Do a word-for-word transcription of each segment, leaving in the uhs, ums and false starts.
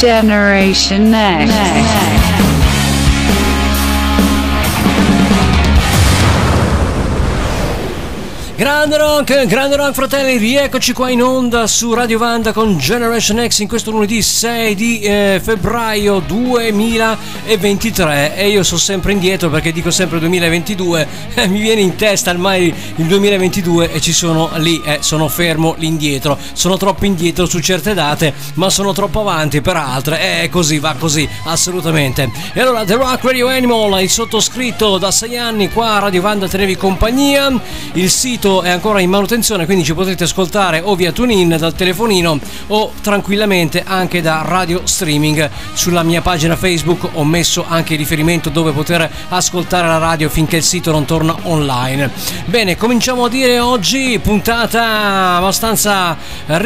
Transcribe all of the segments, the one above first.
Generation Next. Next. Grande rock, grande rock fratelli, rieccoci qua in onda su Radio Vanda con Generation X in questo lunedì sei di eh, febbraio duemilaventitré e io sono sempre indietro perché dico sempre duemilaventidue, eh, mi viene in testa ormai il duemilaventidue e ci sono lì, eh, sono fermo lì indietro, sono troppo indietro su certe date ma sono troppo avanti per altre, è eh, così, va così, assolutamente. E allora The Rock Radio Animal, il sottoscritto da sei anni qua a Radio Vanda tenevi compagnia, il sito è ancora in manutenzione, quindi ci potrete ascoltare o via TuneIn dal telefonino o tranquillamente anche da radio streaming. Sulla mia pagina Facebook ho messo anche il riferimento dove poter ascoltare la radio finché il sito non torna online. Bene, cominciamo a dire oggi puntata abbastanza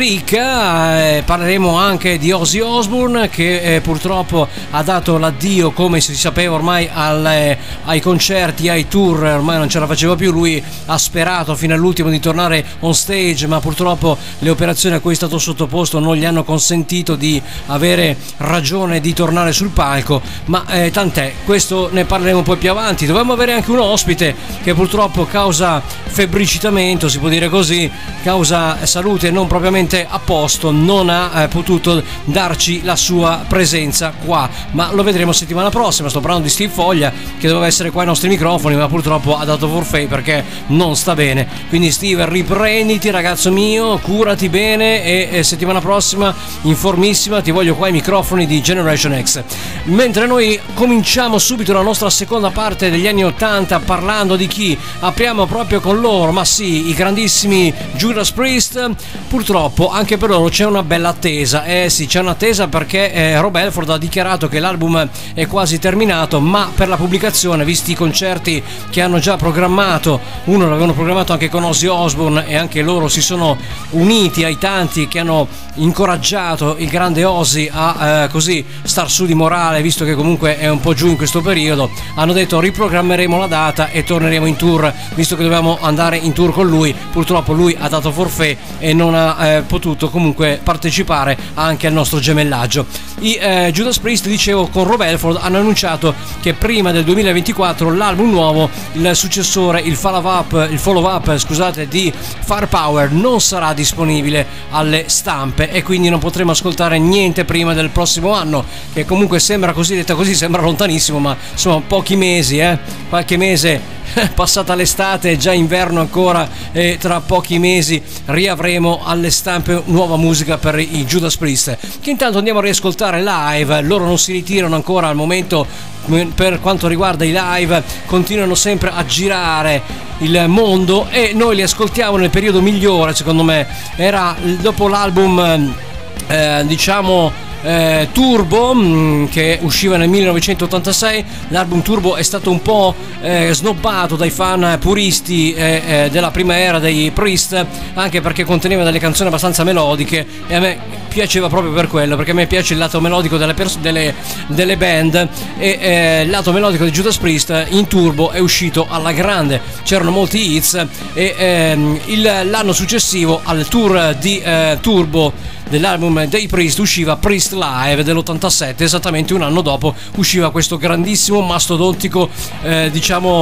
ricca, eh, parleremo anche di Ozzy Osbourne che eh, purtroppo ha dato l'addio, come si sapeva ormai, al, eh, ai concerti, ai tour, ormai non ce la faceva più. Lui ha sperato fino all'ultimo di tornare on stage, ma purtroppo le operazioni a cui è stato sottoposto non gli hanno consentito di avere ragione di tornare sul palco, ma eh, tant'è, questo ne parleremo poi più avanti. Dovevamo avere anche un ospite che purtroppo causa febbricitamento, si può dire così, causa salute non propriamente a posto, non ha eh, potuto darci la sua presenza qua, ma lo vedremo settimana prossima. Sto parlando di Steve Foglia che doveva essere qua ai nostri microfoni, ma purtroppo ha dato forfait perché non sta bene. Quindi Steve, riprenditi ragazzo mio, curati bene e, e settimana prossima informissima ti voglio qua ai microfoni di Generation X. Mentre noi cominciamo subito la nostra seconda parte degli anni ottanta parlando di chi? Apriamo proprio con loro, ma sì, i grandissimi Judas Priest. Purtroppo anche per loro c'è una bella attesa, eh sì, c'è un'attesa perché eh, Rob Halford ha dichiarato che l'album è quasi terminato, ma per la pubblicazione, visti i concerti che hanno già programmato, uno l'avevano programmato anche con Ozzy Osbourne e anche loro si sono uniti ai tanti che hanno incoraggiato il grande Ozzy a eh, così star su di morale, visto che comunque è un po' giù in questo periodo. Hanno detto riprogrammeremo la data e torneremo in tour, visto che dovevamo andare in tour con lui. Purtroppo lui ha dato forfait e non ha eh, potuto comunque partecipare anche al nostro gemellaggio. I eh, Judas Priest, dicevo, con Rob Halford hanno annunciato che prima del duemilaventiquattro l'album nuovo, il successore, il follow up, il follow up scusate di Firepower, non sarà disponibile alle stampe e quindi non potremo ascoltare niente prima del prossimo anno, che comunque sembra, così detta così, sembra lontanissimo, ma insomma pochi mesi, eh qualche mese passata l'estate, già inverno ancora e tra pochi mesi riavremo alle stampe nuova musica per i Judas Priest, che intanto andiamo a riascoltare live. Loro non si ritirano ancora al momento per quanto riguarda i live, continuano sempre a girare il mondo e noi li ascoltiamo nel periodo migliore, secondo me. Era dopo l'album eh, diciamo Eh, Turbo, mh, che usciva nel millenovecentottantasei. L'album Turbo è stato un po' eh, snobbato dai fan puristi eh, eh, della prima era dei Priest, anche perché conteneva delle canzoni abbastanza melodiche e a me piaceva proprio per quello, perché a me piace il lato melodico delle, pers- delle, delle band e eh, il lato melodico di Judas Priest in Turbo è uscito alla grande, c'erano molti hits e ehm, il, l'anno successivo al tour di eh, Turbo dell'album dei Priest usciva Priest Live dell'ottantasette, esattamente un anno dopo usciva questo grandissimo mastodontico eh, diciamo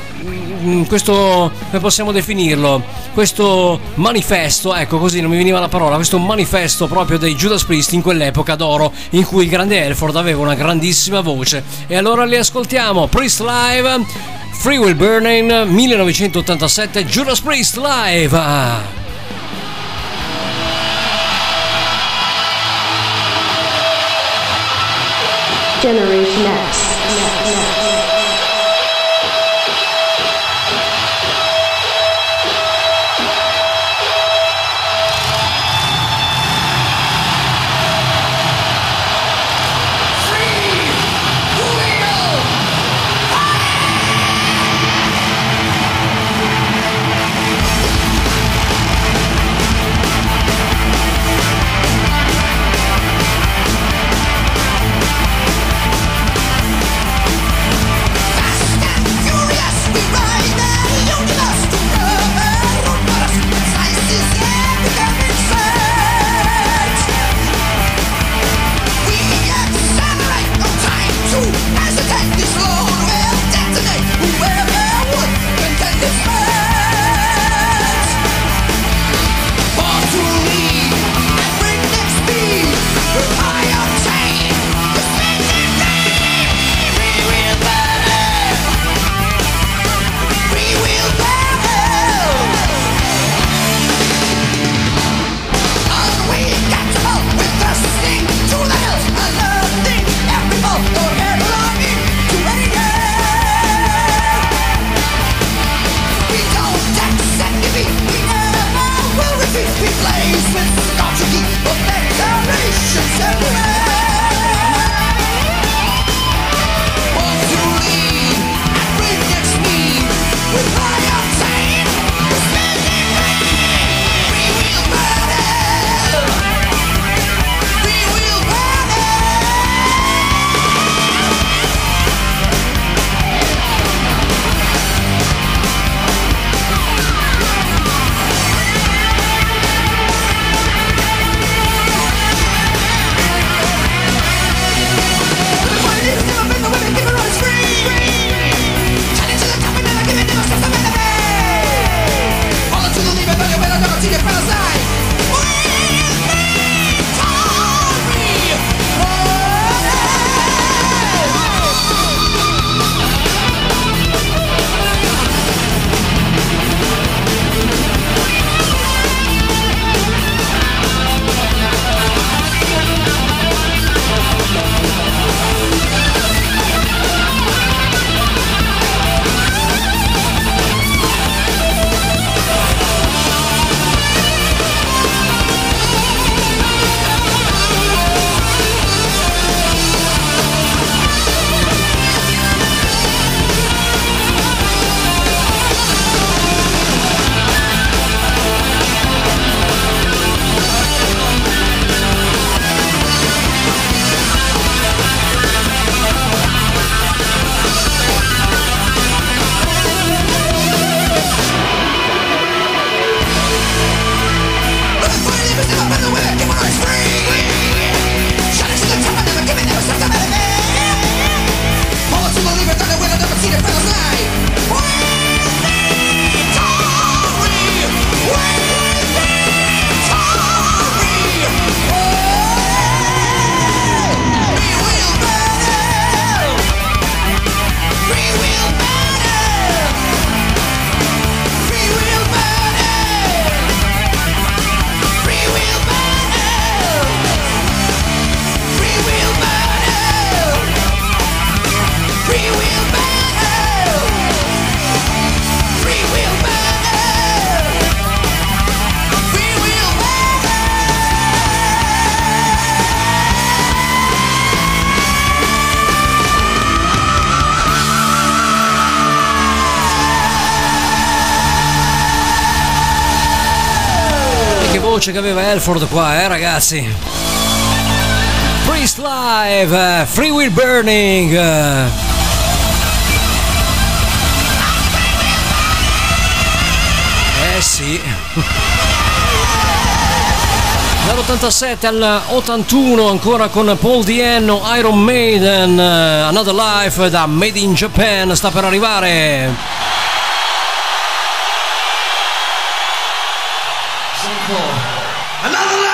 questo, come possiamo definirlo, questo manifesto, ecco, così non mi veniva la parola, questo manifesto proprio dei Judas Priest in quell'epoca d'oro in cui il grande Halford aveva una grandissima voce. E allora li ascoltiamo, Priest Live, Free Will Burning, millenovecentottantasette, Judas Priest Live. Generation X. voce che aveva Halford qua, eh ragazzi. Priest Live, uh, Free Will Burning. Uh. Eh sì. Dall'ottantasette all'ottantuno ancora con Paul Di'Anno, Iron Maiden, uh, Another Life da Made in Japan sta per arrivare. Another Life.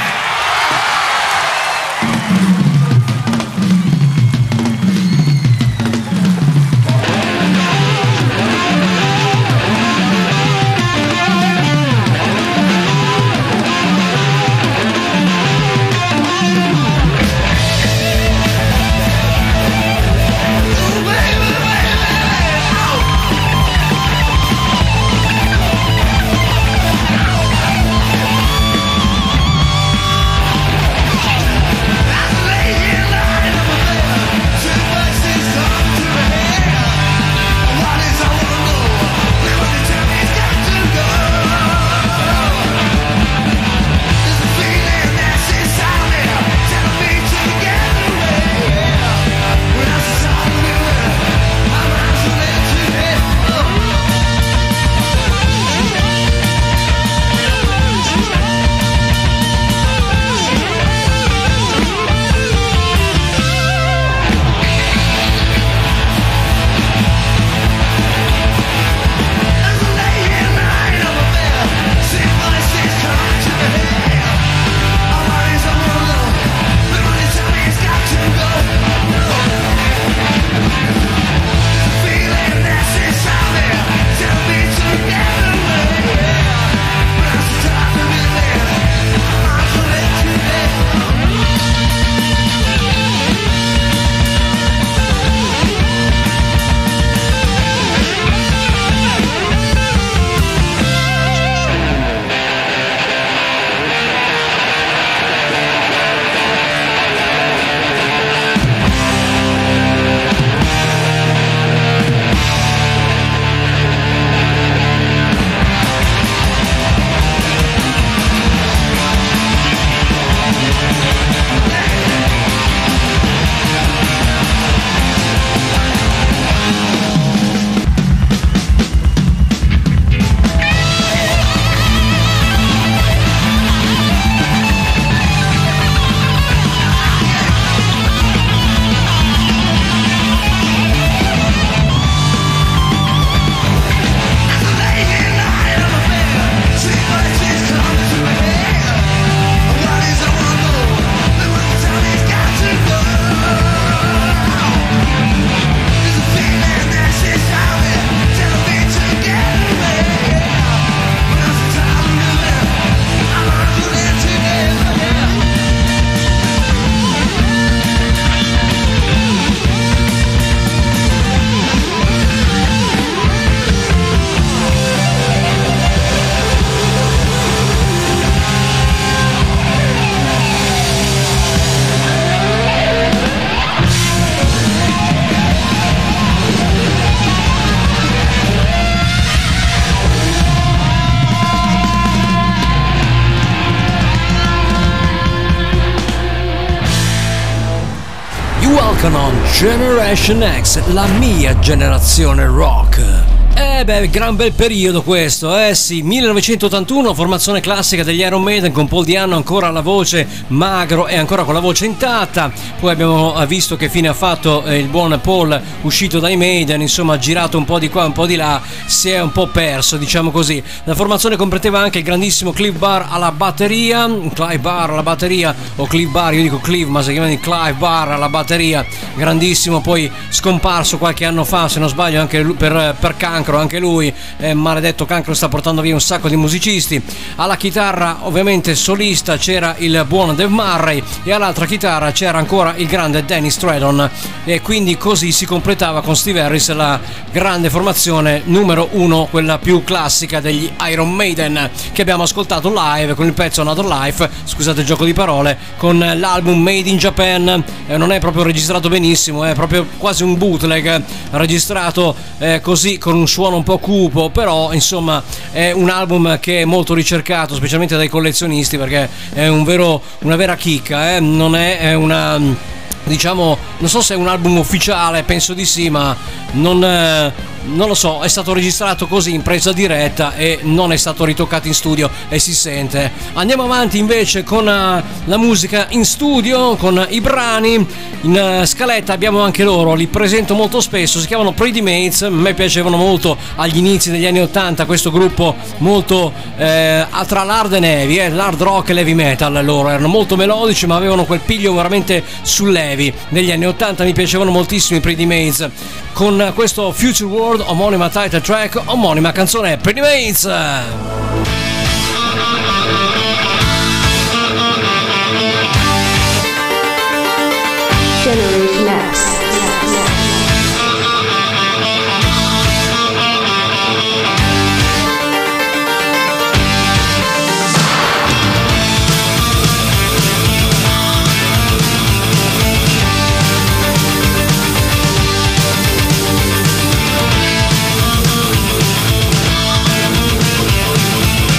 Generation X, la mia generazione rock. Eh beh, gran bel periodo questo, eh sì, millenovecentottantuno, formazione classica degli Iron Maiden con Paul Di'Anno ancora alla voce, magro e ancora con la voce intatta. Poi abbiamo visto che fine ha fatto eh, il buon Paul uscito dai Maiden, insomma ha girato un po' di qua, un po' di là, si è un po' perso, diciamo così. La formazione comprendeva anche il grandissimo Clive Barr alla batteria, Clive Barr alla batteria, o Clive Barr, io dico Clive, ma si chiama di Clive Barr alla batteria, grandissimo, poi scomparso qualche anno fa, se non sbaglio anche per, per cancro, anche lui, eh, maledetto cancro, sta portando via un sacco di musicisti. Alla chitarra ovviamente solista c'era il buon Dave Murray e all'altra chitarra c'era ancora il grande Dennis Stratton, e quindi così si completava con Steve Harris la grande formazione numero uno, quella più classica degli Iron Maiden, che abbiamo ascoltato live con il pezzo Another Life, scusate il gioco di parole, con l'album Made in Japan. Eh, non è proprio registrato benissimo, è proprio quasi un bootleg registrato eh, così con un suono un po' cupo, però insomma è un album che è molto ricercato, specialmente dai collezionisti, perché è un vero, una vera chicca, eh? Non è, è una, diciamo, non so se è un album ufficiale, penso di sì, ma non, eh, non lo so, è stato registrato così in presa diretta e non è stato ritoccato in studio e si sente. Andiamo avanti invece con uh, la musica in studio, con i brani. In uh, scaletta abbiamo anche loro, li presento molto spesso, si chiamano Pretty Mates. A me piacevano molto agli inizi degli anni ottanta, questo gruppo molto eh, tra l'hard e heavy, eh, l'hard rock e l'heavy metal. Loro erano molto melodici ma avevano quel piglio veramente sull'heavy. Negli anni ottanta mi piacevano moltissimo i Pretty Mates, con questo Future World, omonima title track, omonima canzone Pretty Mates. Generation X. We'll be right back.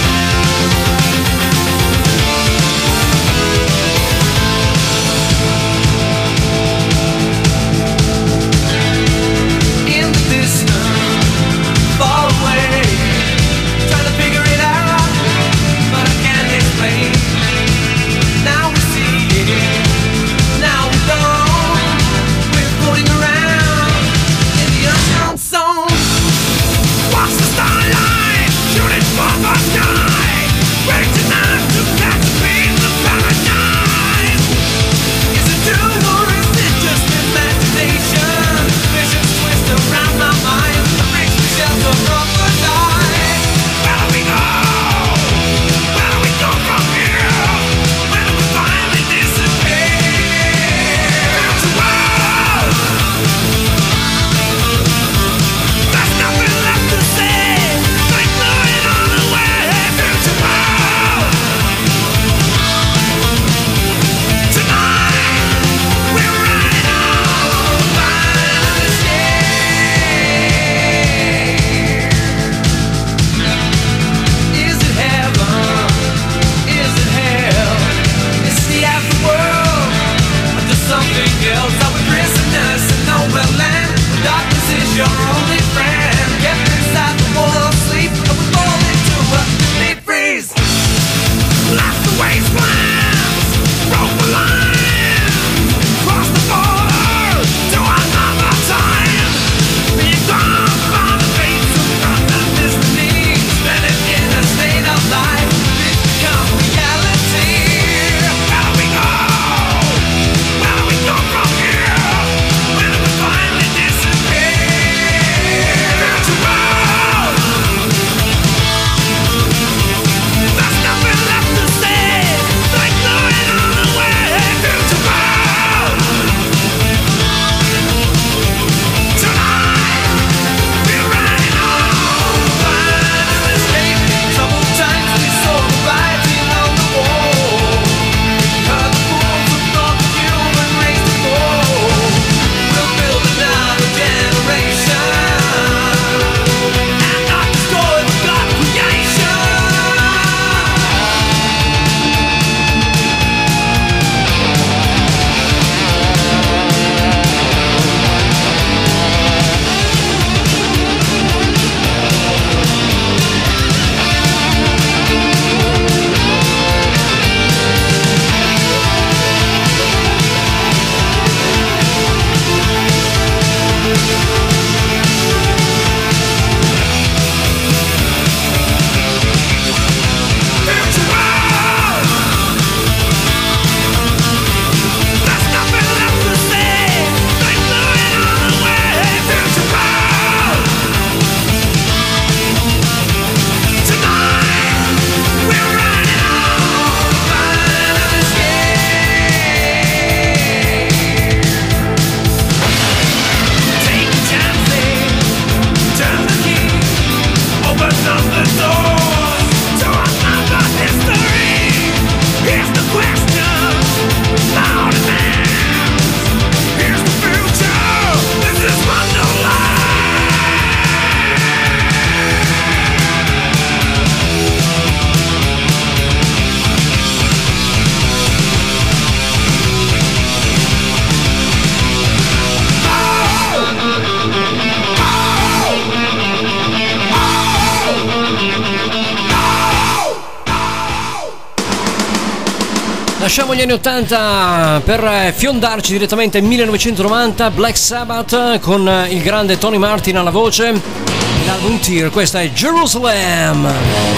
Lasciamo gli anni ottanta per fiondarci direttamente nel millenovecentonovanta. Black Sabbath con il grande Tony Martin alla voce, l'album Tear. Questa è Jerusalem.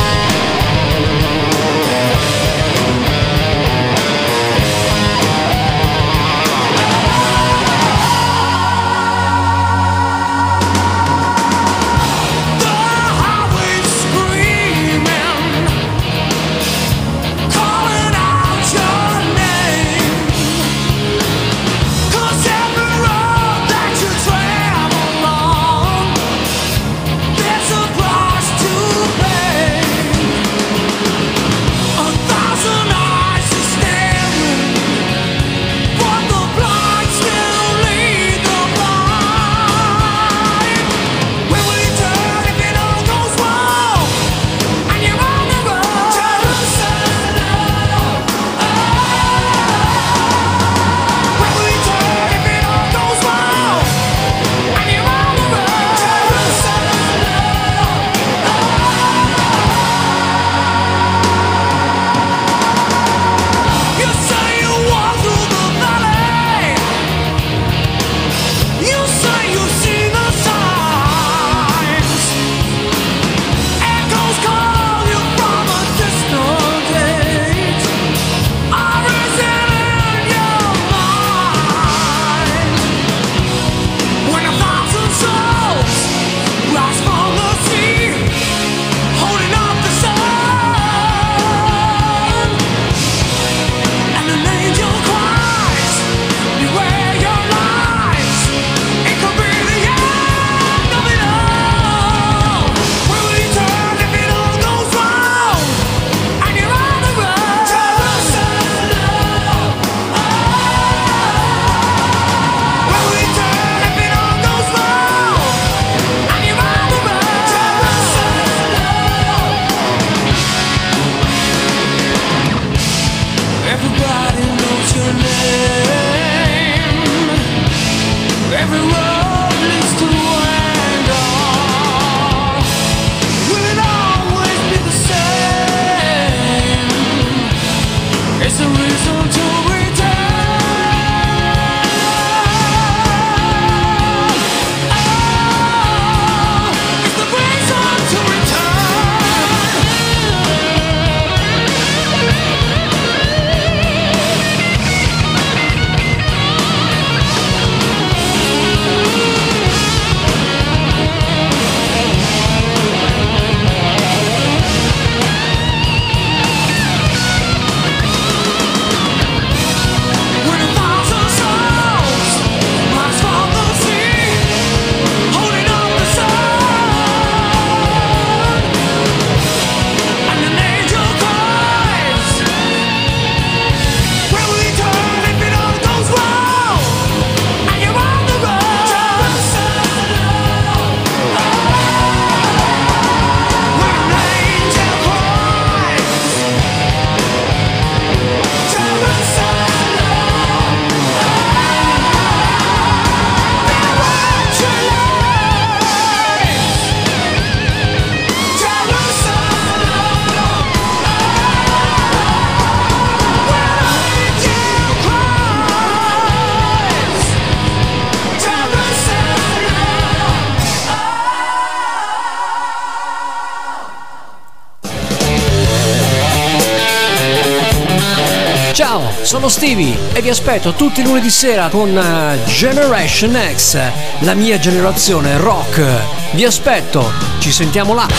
Ciao, sono Stevie e vi aspetto tutti i lunedì sera con uh, Generation X, la mia generazione rock. Vi aspetto, ci sentiamo là.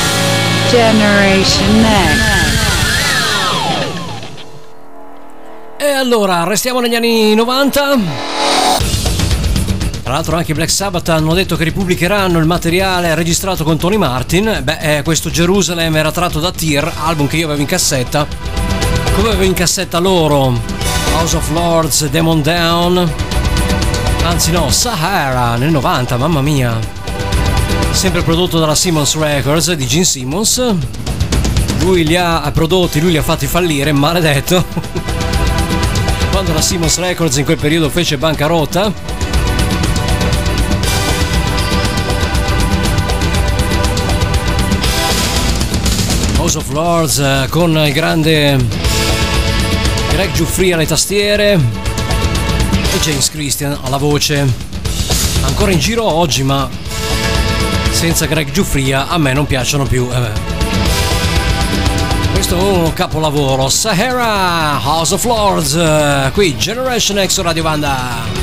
Generation X. E allora, restiamo negli anni novanta. Tra l'altro anche i Black Sabbath hanno detto che ripubblicheranno il materiale registrato con Tony Martin. Beh, eh, questo Jerusalem era tratto da Tear, album che io avevo in cassetta. Come avevo in cassetta loro House of Lords, Demon Down, anzi no, Sahara nel novanta, mamma mia. Sempre prodotto dalla Simmons Records di Gene Simmons. Lui li ha prodotti, lui li ha fatti fallire, maledetto. Quando la Simmons Records in quel periodo fece bancarotta. House of Lords con il grande Greg Giuffria alle tastiere e James Christian alla voce. Ancora in giro oggi, ma senza Greg Giuffria a me non piacciono più. Eh. Questo è un capolavoro, Sahara, House of Lords, qui Generation X Radio Vanda.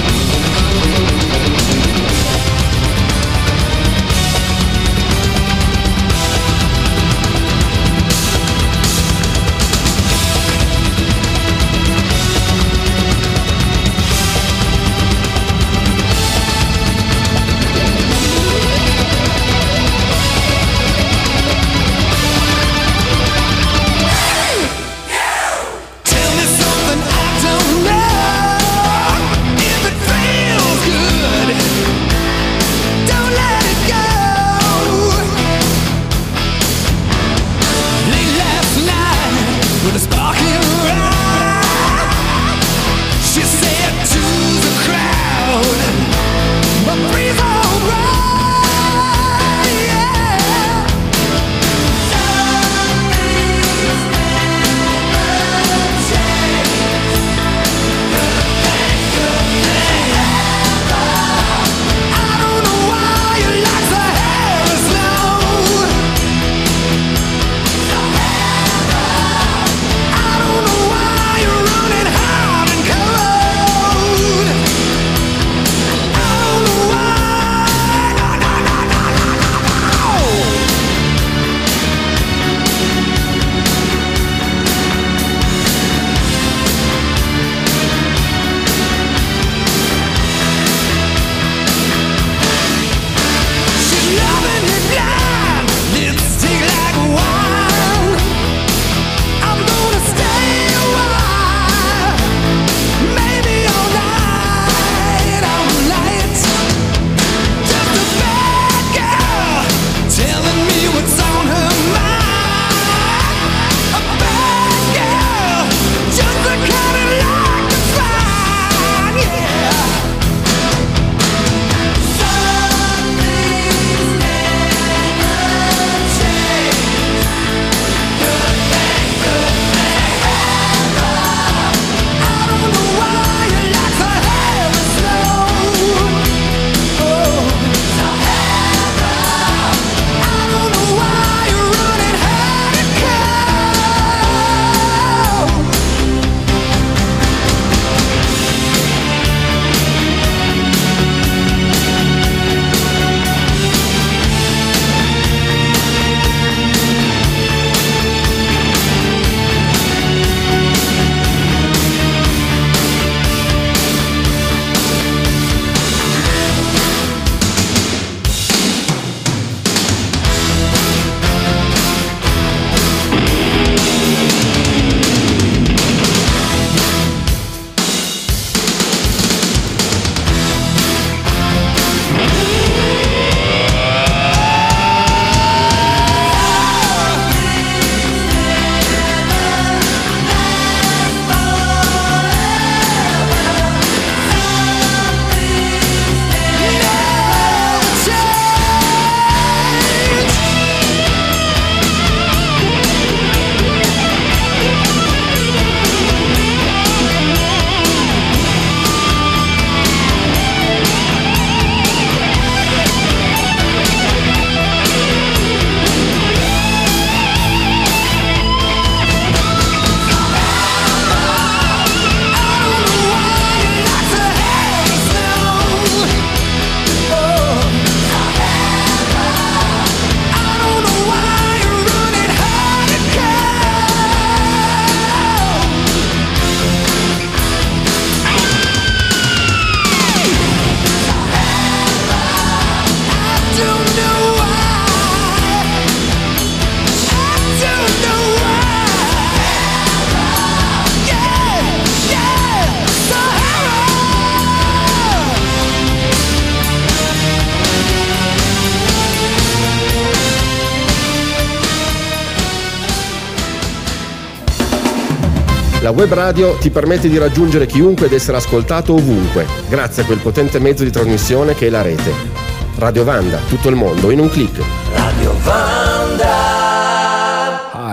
La web radio ti permette di raggiungere chiunque ed essere ascoltato ovunque, grazie a quel potente mezzo di trasmissione che è la rete. Radio Vanda, tutto il mondo in un click. Radio Vanda. Hi,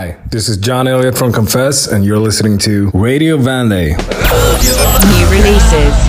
Hi, this is John Elliott from Confess, and you're listening to Radio Vande. New releases.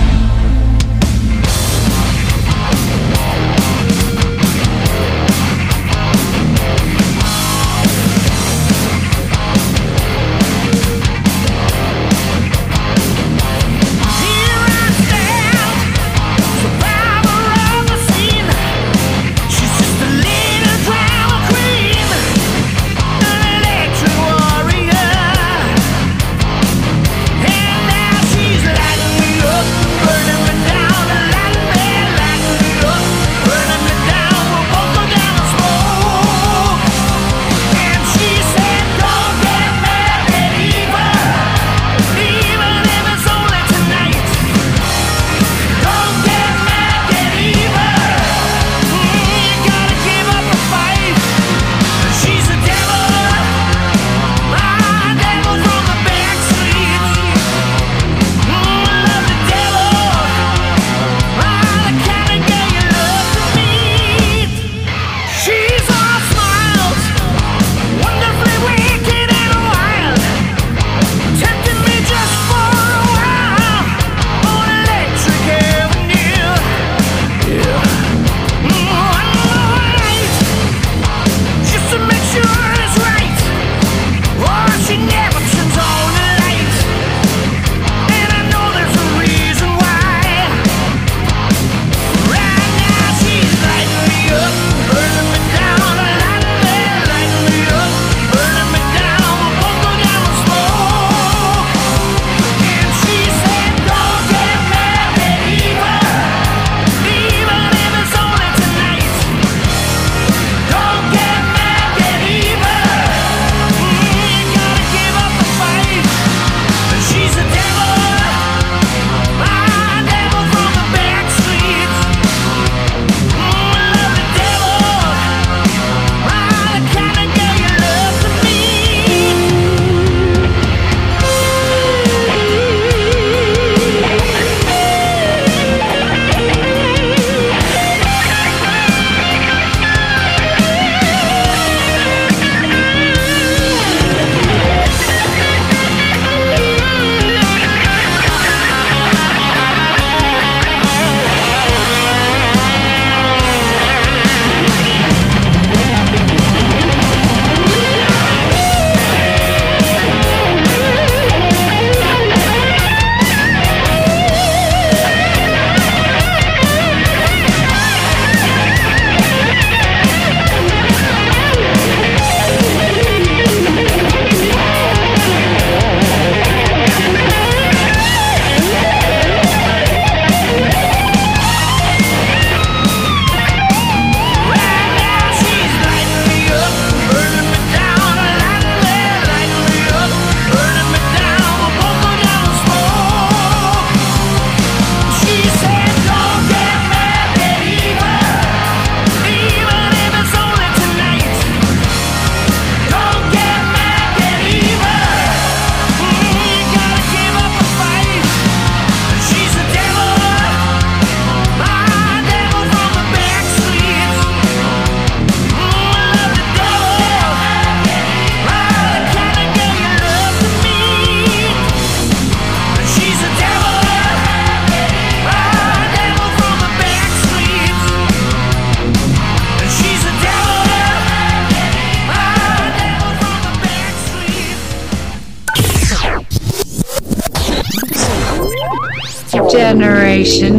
Generation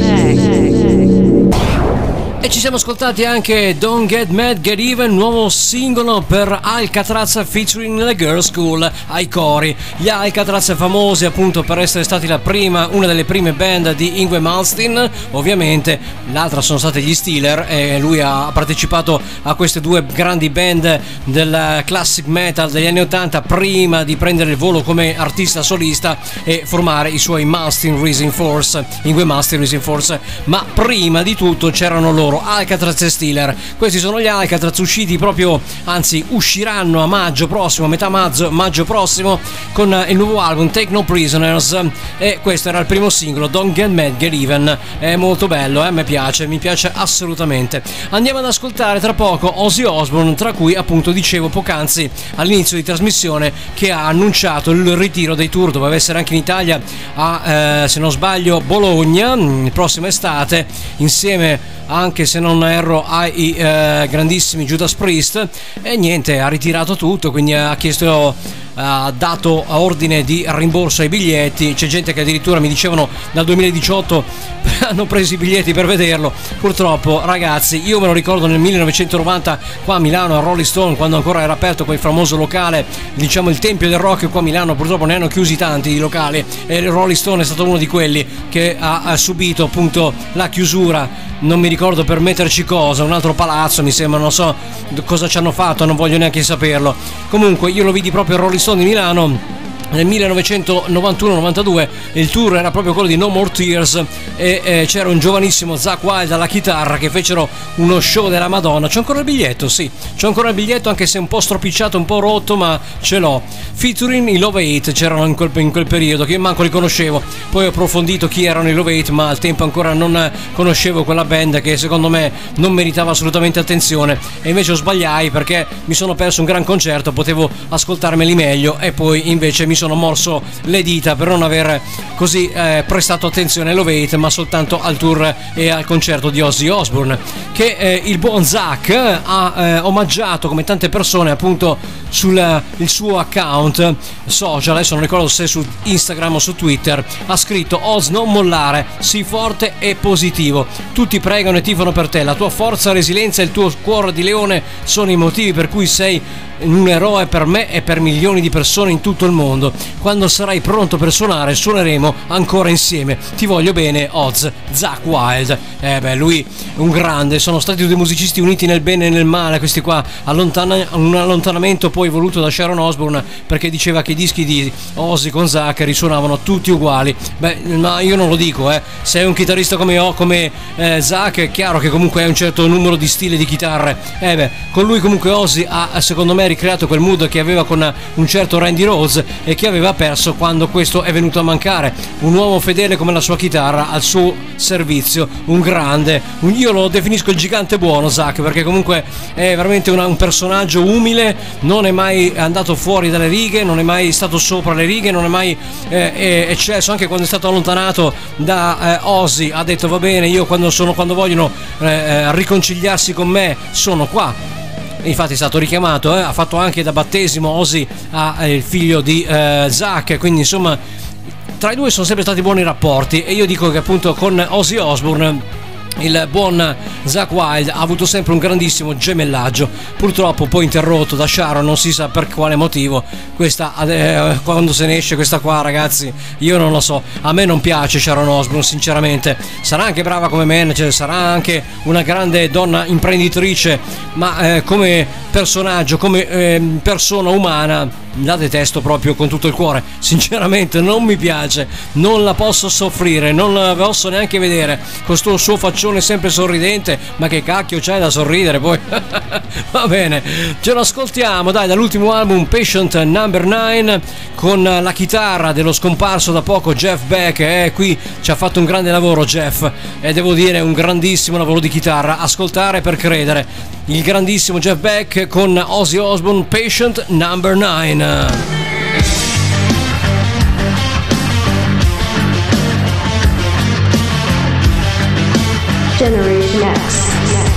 Next. E ci siamo ascoltati anche Don't Get Mad, Get Even, nuovo singolo per Alcatraz featuring The Girls School ai cori. Gli Alcatraz famosi appunto per essere stati la prima, una delle prime band di Yngwie Malmsteen, ovviamente l'altra sono stati gli Steeler e lui ha partecipato a queste due grandi band del classic metal degli anni ottanta prima di prendere il volo come artista solista e formare i suoi Malmsteen Rising Force, Yngwie Malmsteen Rising Force. Ma prima di tutto c'erano loro Alcatraz e Steeler. Questi sono gli Alcatraz, usciti proprio, anzi usciranno a maggio prossimo, metà maggio, maggio prossimo, con il nuovo album Take No Prisoners, e questo era il primo singolo, Don't Get Mad, Get Even. È molto bello, eh? Mi piace, mi piace assolutamente. Andiamo ad ascoltare tra poco Ozzy Osbourne, tra cui appunto dicevo poc'anzi all'inizio di trasmissione che ha annunciato il ritiro dei tour. Doveva essere anche in Italia a, eh, se non sbaglio, Bologna, prossima estate, insieme, anche se non erro, ai eh, grandissimi Judas Priest, e niente, ha ritirato tutto, quindi ha chiesto, ha dato ordine di rimborso ai biglietti. C'è gente che addirittura mi dicevano dal duemiladiciotto hanno preso i biglietti per vederlo. Purtroppo, ragazzi, io me lo ricordo nel millenovecentonovanta qua a Milano, a Rolling Stone, quando ancora era aperto quel famoso locale, diciamo il Tempio del Rock qua a Milano. Purtroppo ne hanno chiusi tanti di locali e il Rolling Stone è stato uno di quelli che ha, ha subito appunto la chiusura. Non mi ricordo per metterci cosa, un altro palazzo mi sembra, non so cosa ci hanno fatto, non voglio neanche saperlo. Comunque io lo vidi proprio a Rolling Stone di Milano nel millenovecentonovantuno novantadue. Il tour era proprio quello di No More Tears e eh, c'era un giovanissimo Zakk Wylde alla chitarra che fecero uno show della Madonna. C'ho ancora il biglietto, sì, c'ho ancora il biglietto, anche se un po' stropicciato, un po' rotto, ma ce l'ho. Featuring i Love Hate c'erano in quel, in quel periodo, che io manco li conoscevo. Poi ho approfondito chi erano i Love Hate, ma al tempo ancora non conoscevo quella band che secondo me non meritava assolutamente attenzione, e invece ho sbagliai perché mi sono perso un gran concerto, potevo ascoltarmeli meglio, e poi invece mi sono sono morso le dita per non aver così eh, prestato attenzione ai Love Hate, ma soltanto al tour e al concerto di Ozzy Osbourne, che eh, il buon Zakk ha eh, omaggiato, come tante persone, appunto sul eh, il suo account social, adesso non ricordo se su Instagram o su Twitter, ha scritto: Oz, non mollare, sii forte e positivo, tutti pregano e tifano per te, la tua forza, resilienza e il tuo cuore di leone sono i motivi per cui sei un eroe per me e per milioni di persone in tutto il mondo. Quando sarai pronto per suonare, suoneremo ancora insieme. Ti voglio bene, Oz. Zakk Wylde. Eh beh, lui un grande. Sono stati due musicisti uniti nel bene e nel male. Questi qua, allontana- un allontanamento poi voluto da Sharon Osbourne, perché diceva che i dischi di Ozzy con Zakk risuonavano tutti uguali. Beh, ma io non lo dico, eh. Se è un chitarrista come, oh, come eh, Zakk, è chiaro che comunque hai un certo numero di stile di chitarre. Eh beh, con lui comunque Ozzy ha, secondo me, ricreato quel mood che aveva con un certo Randy Rhoads e che aveva perso quando questo è venuto a mancare. Un uomo fedele come la sua chitarra al suo servizio, un grande, un, io lo definisco il gigante buono Zakk, perché comunque è veramente una, un personaggio umile, non è mai andato fuori dalle righe, non è mai stato sopra le righe, non è mai eh, eccesso. Anche quando è stato allontanato da eh, Ozzy ha detto: va bene, io quando, sono, quando vogliono eh, riconciliarsi con me sono qua. Infatti è stato richiamato, eh? Ha fatto anche da battesimo Ozzy a, eh, il figlio di eh, Zakk, quindi insomma tra i due sono sempre stati buoni rapporti, e io dico che appunto con Ozzy Osbourne il buon Zakk Wylde ha avuto sempre un grandissimo gemellaggio, purtroppo poi interrotto da Sharon, non si sa per quale motivo. Questa eh, quando se ne esce questa qua, ragazzi, io non lo so, a me non piace Sharon Osbourne sinceramente. Sarà anche brava come manager, sarà anche una grande donna imprenditrice, ma eh, come personaggio, come eh, persona umana la detesto proprio con tutto il cuore, sinceramente non mi piace, non la posso soffrire, non la posso neanche vedere con sto suo faccione sempre sorridente. Ma che cacchio c'è da sorridere poi? Va bene, ce lo ascoltiamo dai dall'ultimo album Patient number nine, con la chitarra dello scomparso da poco Jeff Beck. Eh, qui ci ha fatto un grande lavoro Jeff, e devo dire un grandissimo lavoro di chitarra. Ascoltare per credere, il grandissimo Jeff Beck con Ozzy Osbourne, Patient number nine. Generation X.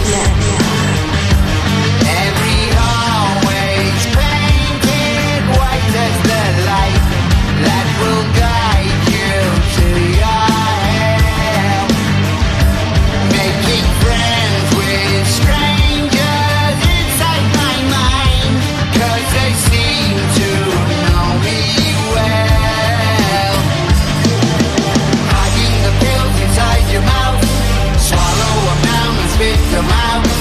Every hallway's painted white as the light that will guide you to your hell. Making friends with strangers inside my mind, 'cause they seem to know me well. Hiding the pills inside your mouth, swallow them down and spit them out.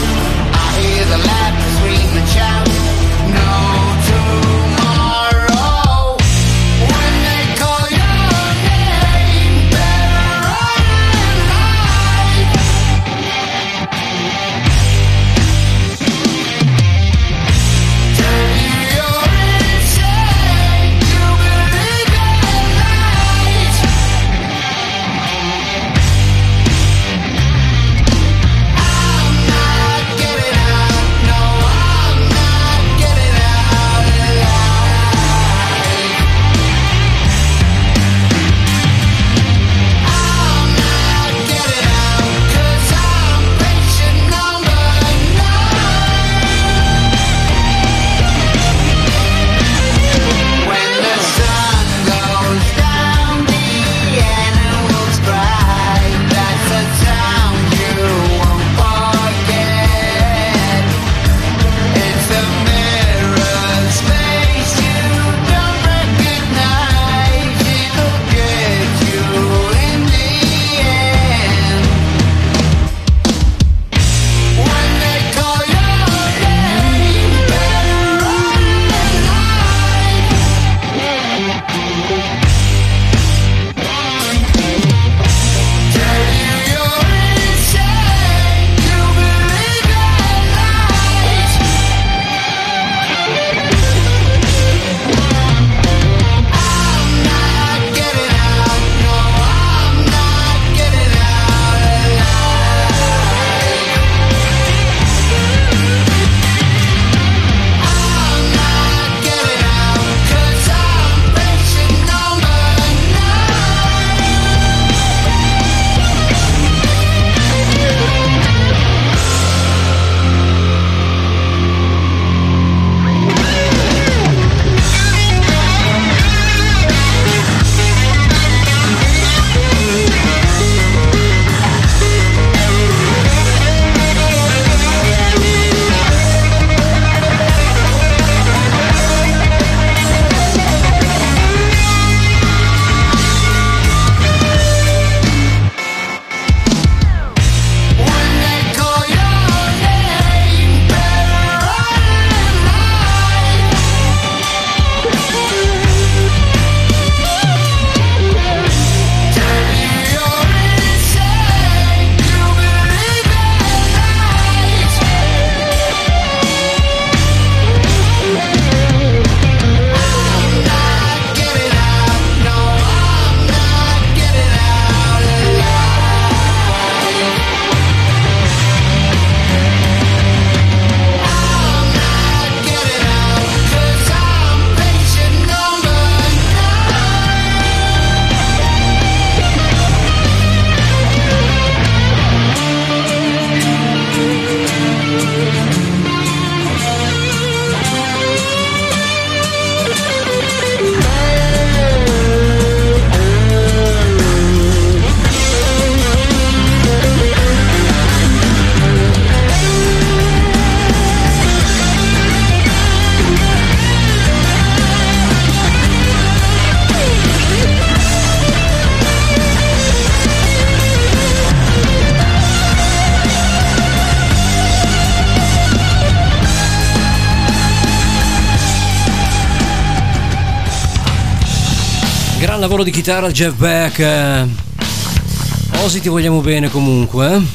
Gran lavoro di chitarra Jeff Beck. eh. Ozzy, ti vogliamo bene comunque. eh.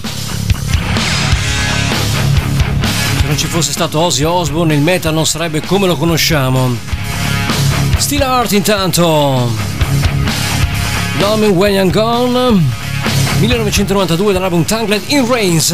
Se non ci fosse stato Ozzy Osbourne, il metal non sarebbe come lo conosciamo. Steel Heart intanto. Love Me When I'm Gone, millenovecentonovantadue, dall'album Tangled in Rains.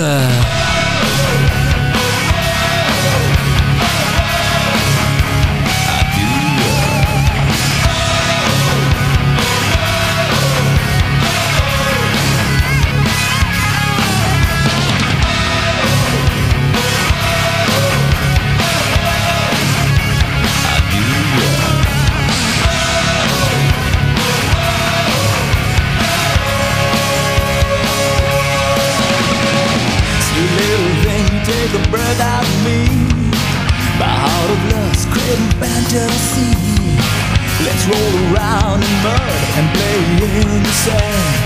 Let's roll around in mud and play in the sand.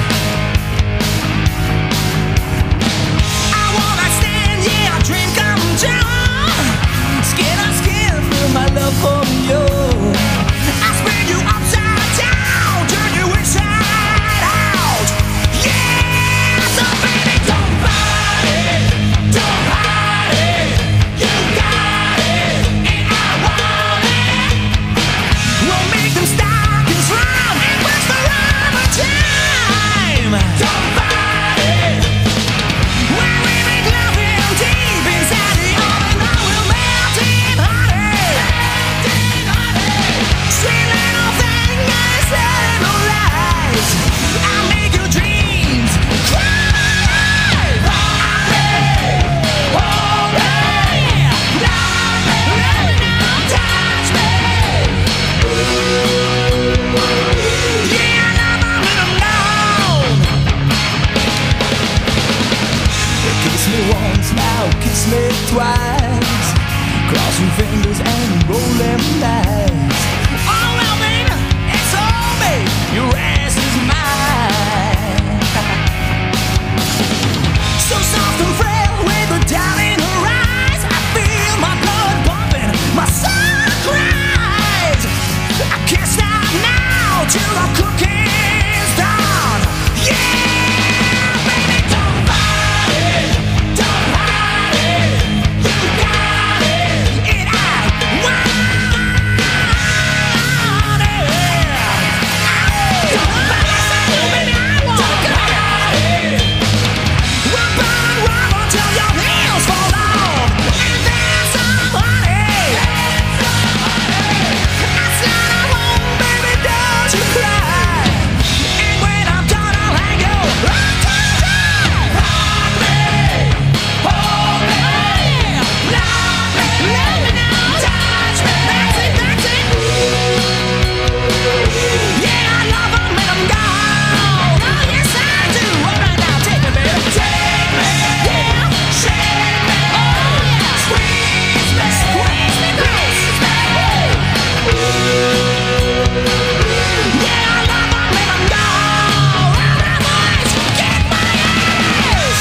I wanna stand, yeah, a dream come true. Skin on skin, feel my love for you. I spin you upside down, turn you inside out. Yeah, so baby, don't fight it, don't hide it. You got it, and I want it. We'll make them stop and run and waste the rhyme of time. Don't fight it. When we make love in deep inside the oven, I will melt in honey. Sweet little thing, I said no lies. I'll make your dreams cry. Hold me, hold me, love me, let me know, touch me. Yeah, now I'm in alone. Kiss me once, now kiss me twice. Cross your fingers and roll them dice. Oh well, baby, it's all me. Your ass is mine. So soft and frail with a doubt in her eyes. I feel my blood pumping, my soul cries. I can't stop now till the cooking's done. Yeah, baby, don't fight it, don't hide it. You got it, and I want it. Don't fight it, baby, I want it. We'll burn rubber until your heels fall off, and then some honey. I said I won't, baby, don't you cry. And when I'm done, I'll hang you up to dry. Rock me, hold me, love me, let me know, touch me, that's it, that's it. Yeah, I love 'em and I'm gone. Oh yes, I do. All right now, take me, baby, take me, yeah, shake me, oh yeah, squeeze me, squeeze me, squeeze me. Yeah, I love 'em and I'm gone. All right, boys, kick my ass.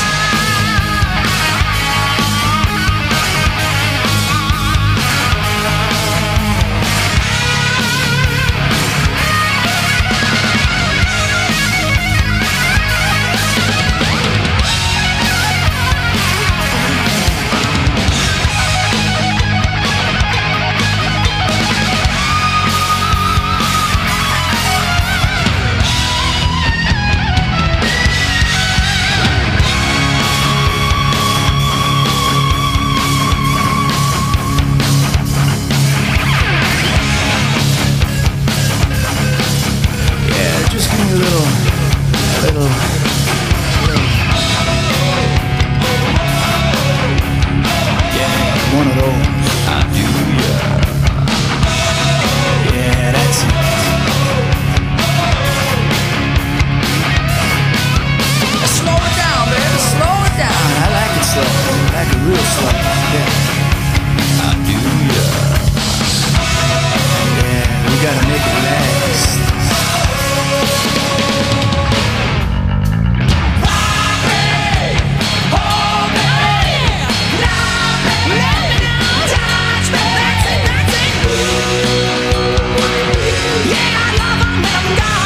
Yeah, just give me a little, a little, little. Yeah, one of those. I do, yeah. Yeah, that's it. Slow it down, baby, slow it down. I like it slow, I like it real slow. Yeah. I do, yeah. Yeah, we gotta make it last. Yeah, I love 'em and I'm gone.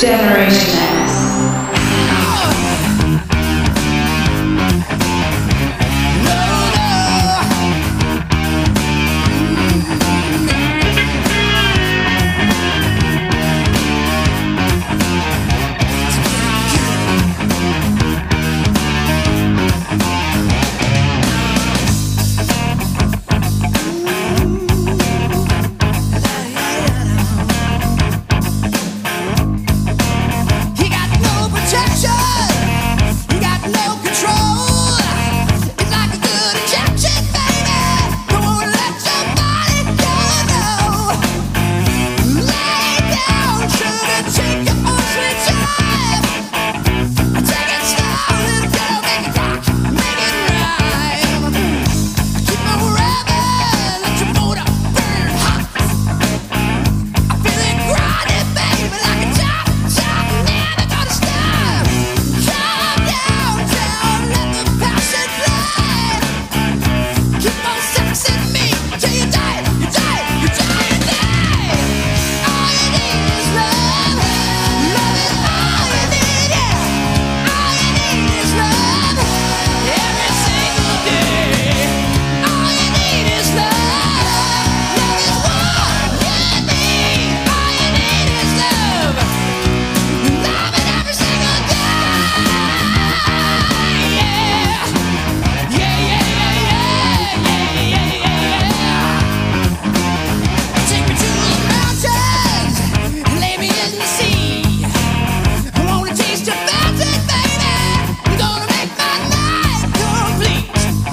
Generation X. He got no protection. He got no control. It's like a good injection, baby. Don't wanna let your body go, no. Lay down, sugar, take your own sweet time. Take it slow, little girl, make it rock, make it rhyme. Keep on revving, let your motor burn hot. I feel it grinding, baby, like a top, top, never gonna stop. Calm down, down, let the passion fly. Keep on sexing me till you die, you die, you die, you die. All you need is love. Love is all you need, yeah. All you need is love. Every single day. All you need is love. Love is what you need. All you need is love. Love it every single day. Yeah. Yeah, yeah, yeah, yeah, yeah, yeah, yeah. Take me to the mountains and lay me in the sea. I wanna taste your fountain, baby. I'm gonna make my night complete.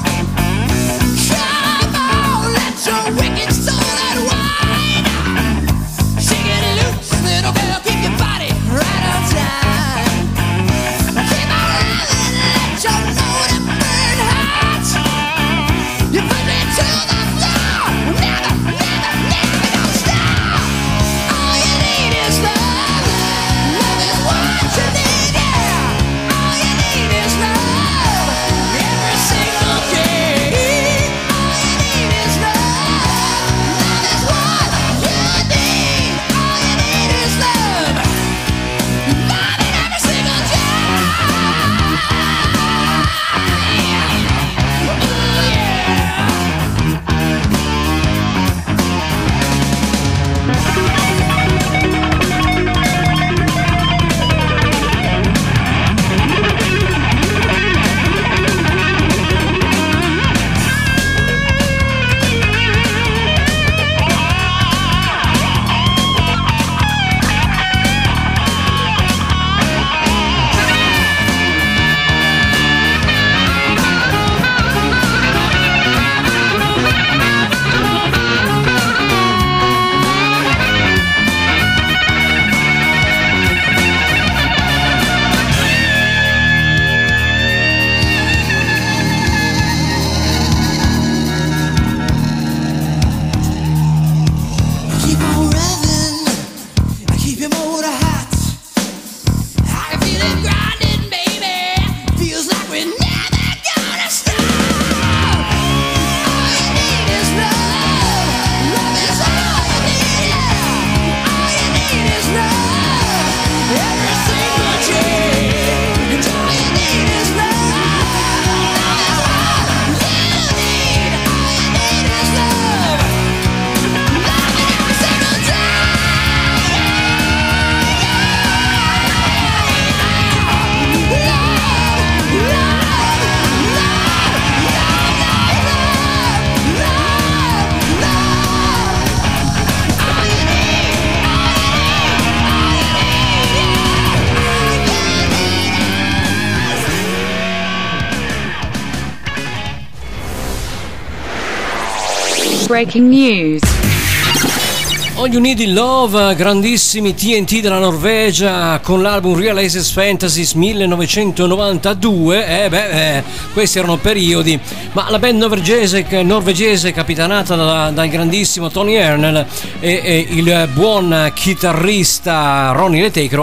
Come on, let your wicked soul unwind. Shake it loose, little girl, keep your body right on time. Keep on running, let your motor burn hot. You put me to the floor, never, never, never gonna stop. All you need is love. Love is what you need, yeah. All you need is love. Every single day. All you need is love. Love is what you need. All you need is love. Love it every single day. Ooh, yeah. Keep on revving, keep your motor hot. I can feel it grinding, baby. Feels like we're never gonna stop. All you need is love. Love is all you need, yeah. All you need is love. Every single day. And all you need is love. Love is all you need. All you need is love. Love it every single day. Breaking news. All You Need in Love, grandissimi T N T della Norvegia con l'album Real Aces Fantasies millenovecentonovantadue. Eh beh, eh, questi erano periodi, ma la band norvegese, norvegese capitanata da, dal grandissimo Tony Ernel e, e il buon chitarrista Ronnie Letecro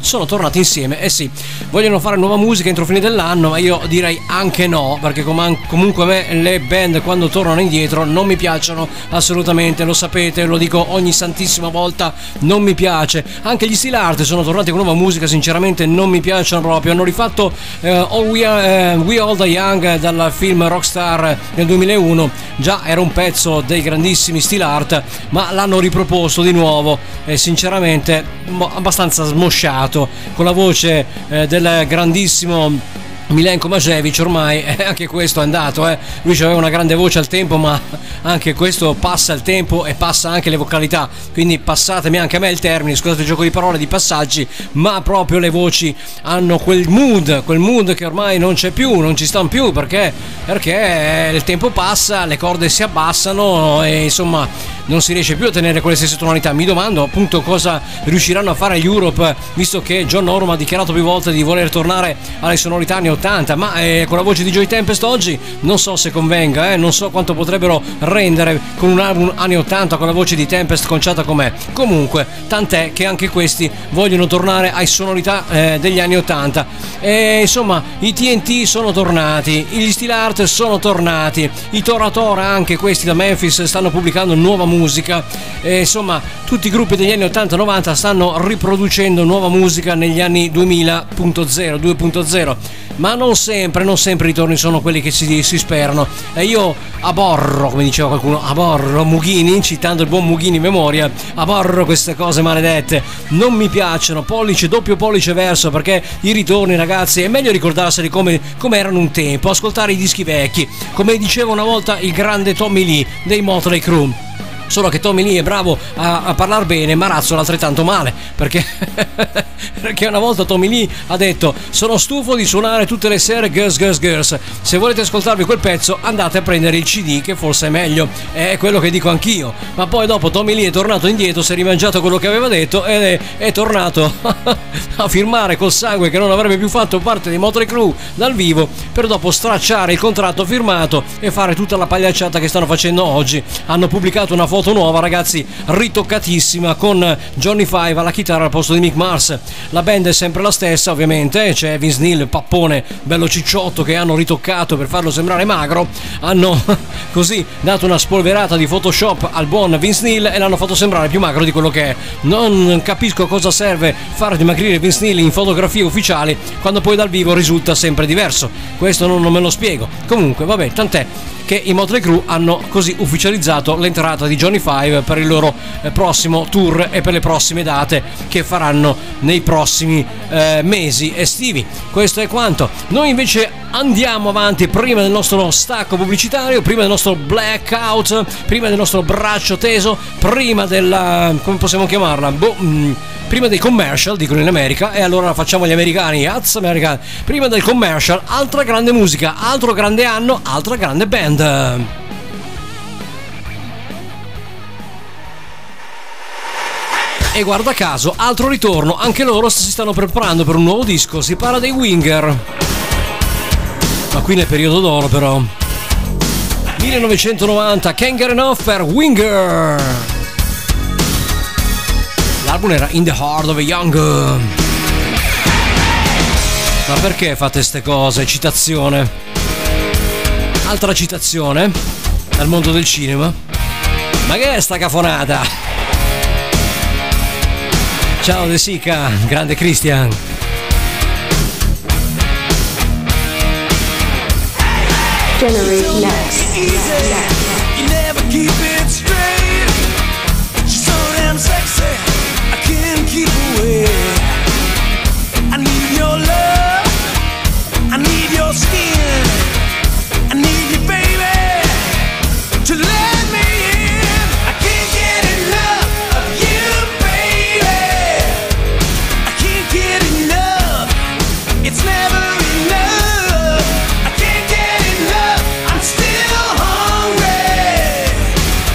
sono tornati insieme. Eh sì, vogliono fare nuova musica entro fine dell'anno, ma io direi anche no, perché com- comunque a me le band quando tornano indietro non mi piacciono assolutamente, lo sapete, lo dico ogni santissima volta, non mi piace. Anche gli Steel Art sono tornati con nuova musica, sinceramente non mi piacciono proprio. Hanno rifatto eh, All We, Are, eh, We All Die Young dal film Rockstar nel duemilauno, già era un pezzo dei grandissimi Steel Art, ma l'hanno riproposto di nuovo e sinceramente mo- abbastanza smosciato, con la voce eh, del grandissimo Milenko Mažević. Ormai eh, anche questo è andato, eh. Lui aveva una grande voce al tempo, ma anche questo passa il tempo e passa anche le vocalità, quindi passatemi anche a me il termine, scusate il gioco di parole, di passaggi, ma proprio le voci hanno quel mood, quel mood che ormai non c'è più, non ci stanno più, perché perché il tempo passa, le corde si abbassano e insomma non si riesce più a tenere quelle stesse tonalità. Mi domando appunto cosa riusciranno a fare gli Europe, visto che John Norum ha dichiarato più volte di voler tornare alle sonorità anni ottanta, ma eh, con la voce di Joey Tempest oggi non so se convenga, eh, non so quanto potrebbero rendere con un album anni ottanta con la voce di Tempest conciata com'è. Comunque tant'è che anche questi vogliono tornare ai sonorità eh, degli anni ottanta e insomma i T N T sono tornati, gli Steel Art sono tornati, i Tora Tora anche questi da Memphis stanno pubblicando nuova musica e insomma tutti i gruppi degli anni ottanta novanta stanno riproducendo nuova musica negli anni duemila punto zero, due punto zero, ma non sempre, non sempre i ritorni sono quelli che si, si sperano e io aborro, come diceva qualcuno, aborro Mughini, citando il buon Mughini in memoria, aborro queste cose maledette, non mi piacciono, pollice doppio, pollice verso, perché i ritorni, ragazzi, è meglio ricordarseli come, come erano un tempo, ascoltare i dischi vecchi, come diceva una volta il grande Tommy Lee dei Motley Crue. Solo che Tommy Lee è bravo a, a parlare bene, ma razzola altrettanto male, perché perché una volta Tommy Lee ha detto: sono stufo di suonare tutte le sere Girls Girls Girls, se volete ascoltarvi quel pezzo andate a prendere il C D che forse è meglio, è quello che dico anch'io. Ma poi dopo Tommy Lee è tornato indietro, si è rimangiato quello che aveva detto ed è, è tornato a firmare col sangue che non avrebbe più fatto parte dei Motley Crue dal vivo, per dopo stracciare il contratto firmato e fare tutta la pagliacciata che stanno facendo oggi. Hanno pubblicato una foto nuova, ragazzi, ritoccatissima, con Johnny Five alla chitarra al posto di Mick Mars. La band è sempre la stessa, ovviamente, c'è Vince Neil, pappone bello cicciotto, che hanno ritoccato per farlo sembrare magro, hanno così dato una spolverata di Photoshop al buon Vince Neil e l'hanno fatto sembrare più magro di quello che è. Non capisco cosa serve far dimagrire Vince Neil in fotografie ufficiali quando poi dal vivo risulta sempre diverso, questo non, non me lo spiego. Comunque vabbè, tant'è che i Motley Crue hanno così ufficializzato l'entrata di Johnny Five per il loro eh, prossimo tour e per le prossime date che faranno nei prossimi eh, mesi estivi. Questo è quanto. Noi invece andiamo avanti prima del nostro stacco pubblicitario, prima del nostro blackout, prima del nostro braccio teso, prima della, come possiamo chiamarla? Boh, mh, prima dei commercial, dicono in America, e allora facciamo gli americani, az americani. Prima del commercial, altra grande musica, altro grande anno, altra grande band. E guarda caso, altro ritorno, anche loro si stanno preparando per un nuovo disco, si parla dei Winger. Ma qui nel periodo d'oro però. millenovecentonovanta, Can't Get Enough per Winger. L'album era In the Heart of a Young. Ma perché fate ste cose? Citazione. Altra citazione dal mondo del cinema. Ma che è sta cafonata? Ciao De Sica, grande Christian. Generation X. You never keep it straight. She's so damn sexy, I can't keep away. I need your love, I need your skin, I need you, baby, to let me in. I can't get enough of you, baby. I can't get enough, it's never enough. I can't get enough, I'm still hungry.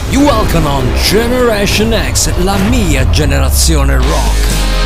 You welcome on Generation X, la mia generazione rock.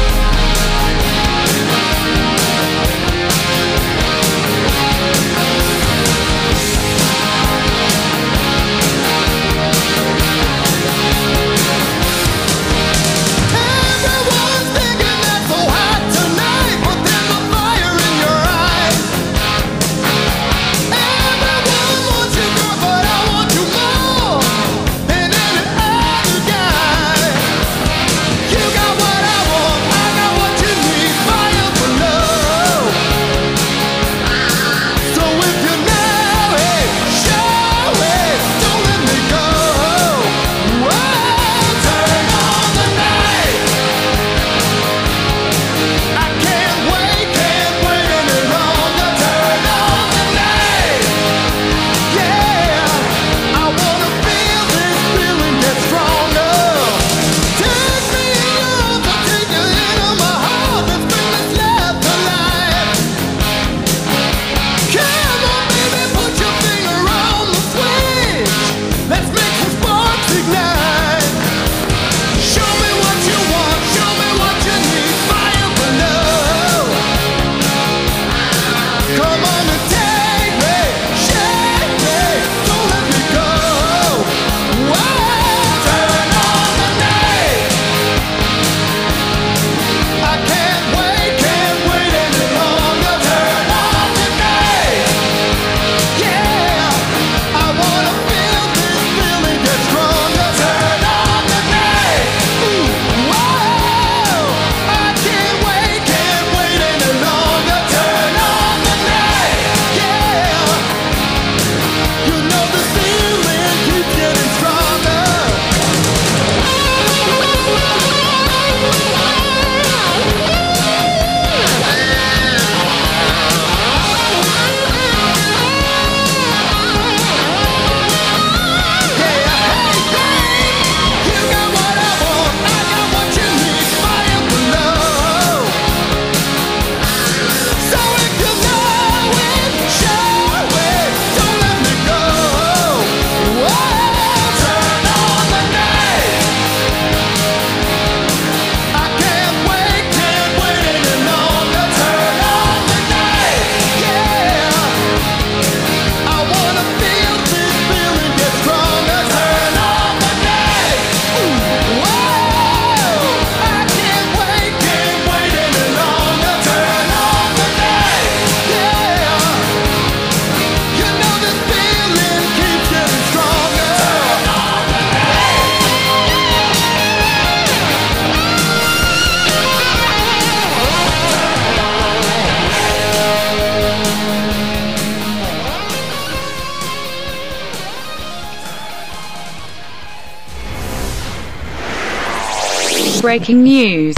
Breaking news.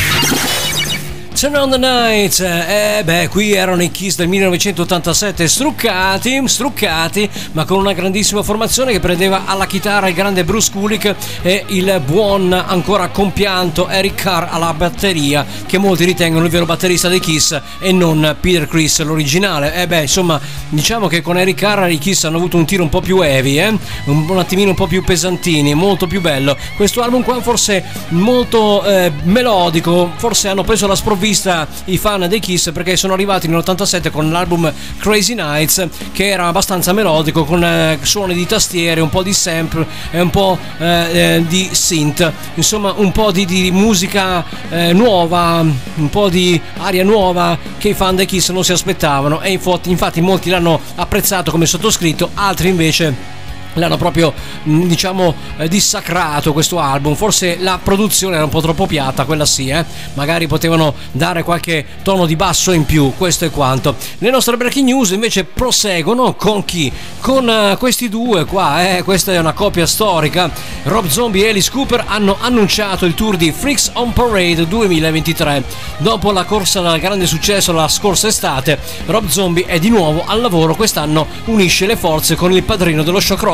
Turn on the Night, eh beh, qui erano i Kiss del millenovecentottantasette struccati, struccati, ma con una grandissima formazione che prendeva alla chitarra il grande Bruce Kulick e il buon, ancora compianto Eric Carr alla batteria, che molti ritengono il vero batterista dei Kiss e non Peter Criss, l'originale. Eh beh, insomma, diciamo che con Eric Carr i Kiss hanno avuto un tiro un po' più heavy, eh? un, un attimino un po' più pesantini, molto più bello. Questo album qua forse molto eh, melodico, forse hanno preso la sprovvista i fan dei Kiss, perché sono arrivati nell'ottantasette con l'album Crazy Nights, che era abbastanza melodico, con eh, suoni di tastiere, un po' di sample e un po' eh, eh, di synth, insomma un po' di, di musica eh, nuova, un po' di aria nuova che i fan dei Kiss non si aspettavano, e infatti, infatti molti l'hanno apprezzato come sottoscritto, altri invece l'hanno proprio, diciamo, eh, dissacrato questo album. Forse la produzione era un po' troppo piatta, quella sì, eh? Magari potevano dare qualche tono di basso in più, questo è quanto. Le nostre breaking news invece proseguono con chi? Con uh, questi due qua, eh? Questa è una coppia storica. Rob Zombie e Alice Cooper hanno annunciato il tour di Freaks on Parade duemilaventitré. Dopo la corsa dal grande successo la scorsa estate, Rob Zombie è di nuovo al lavoro. Quest'anno unisce le forze con il padrino dello shock rock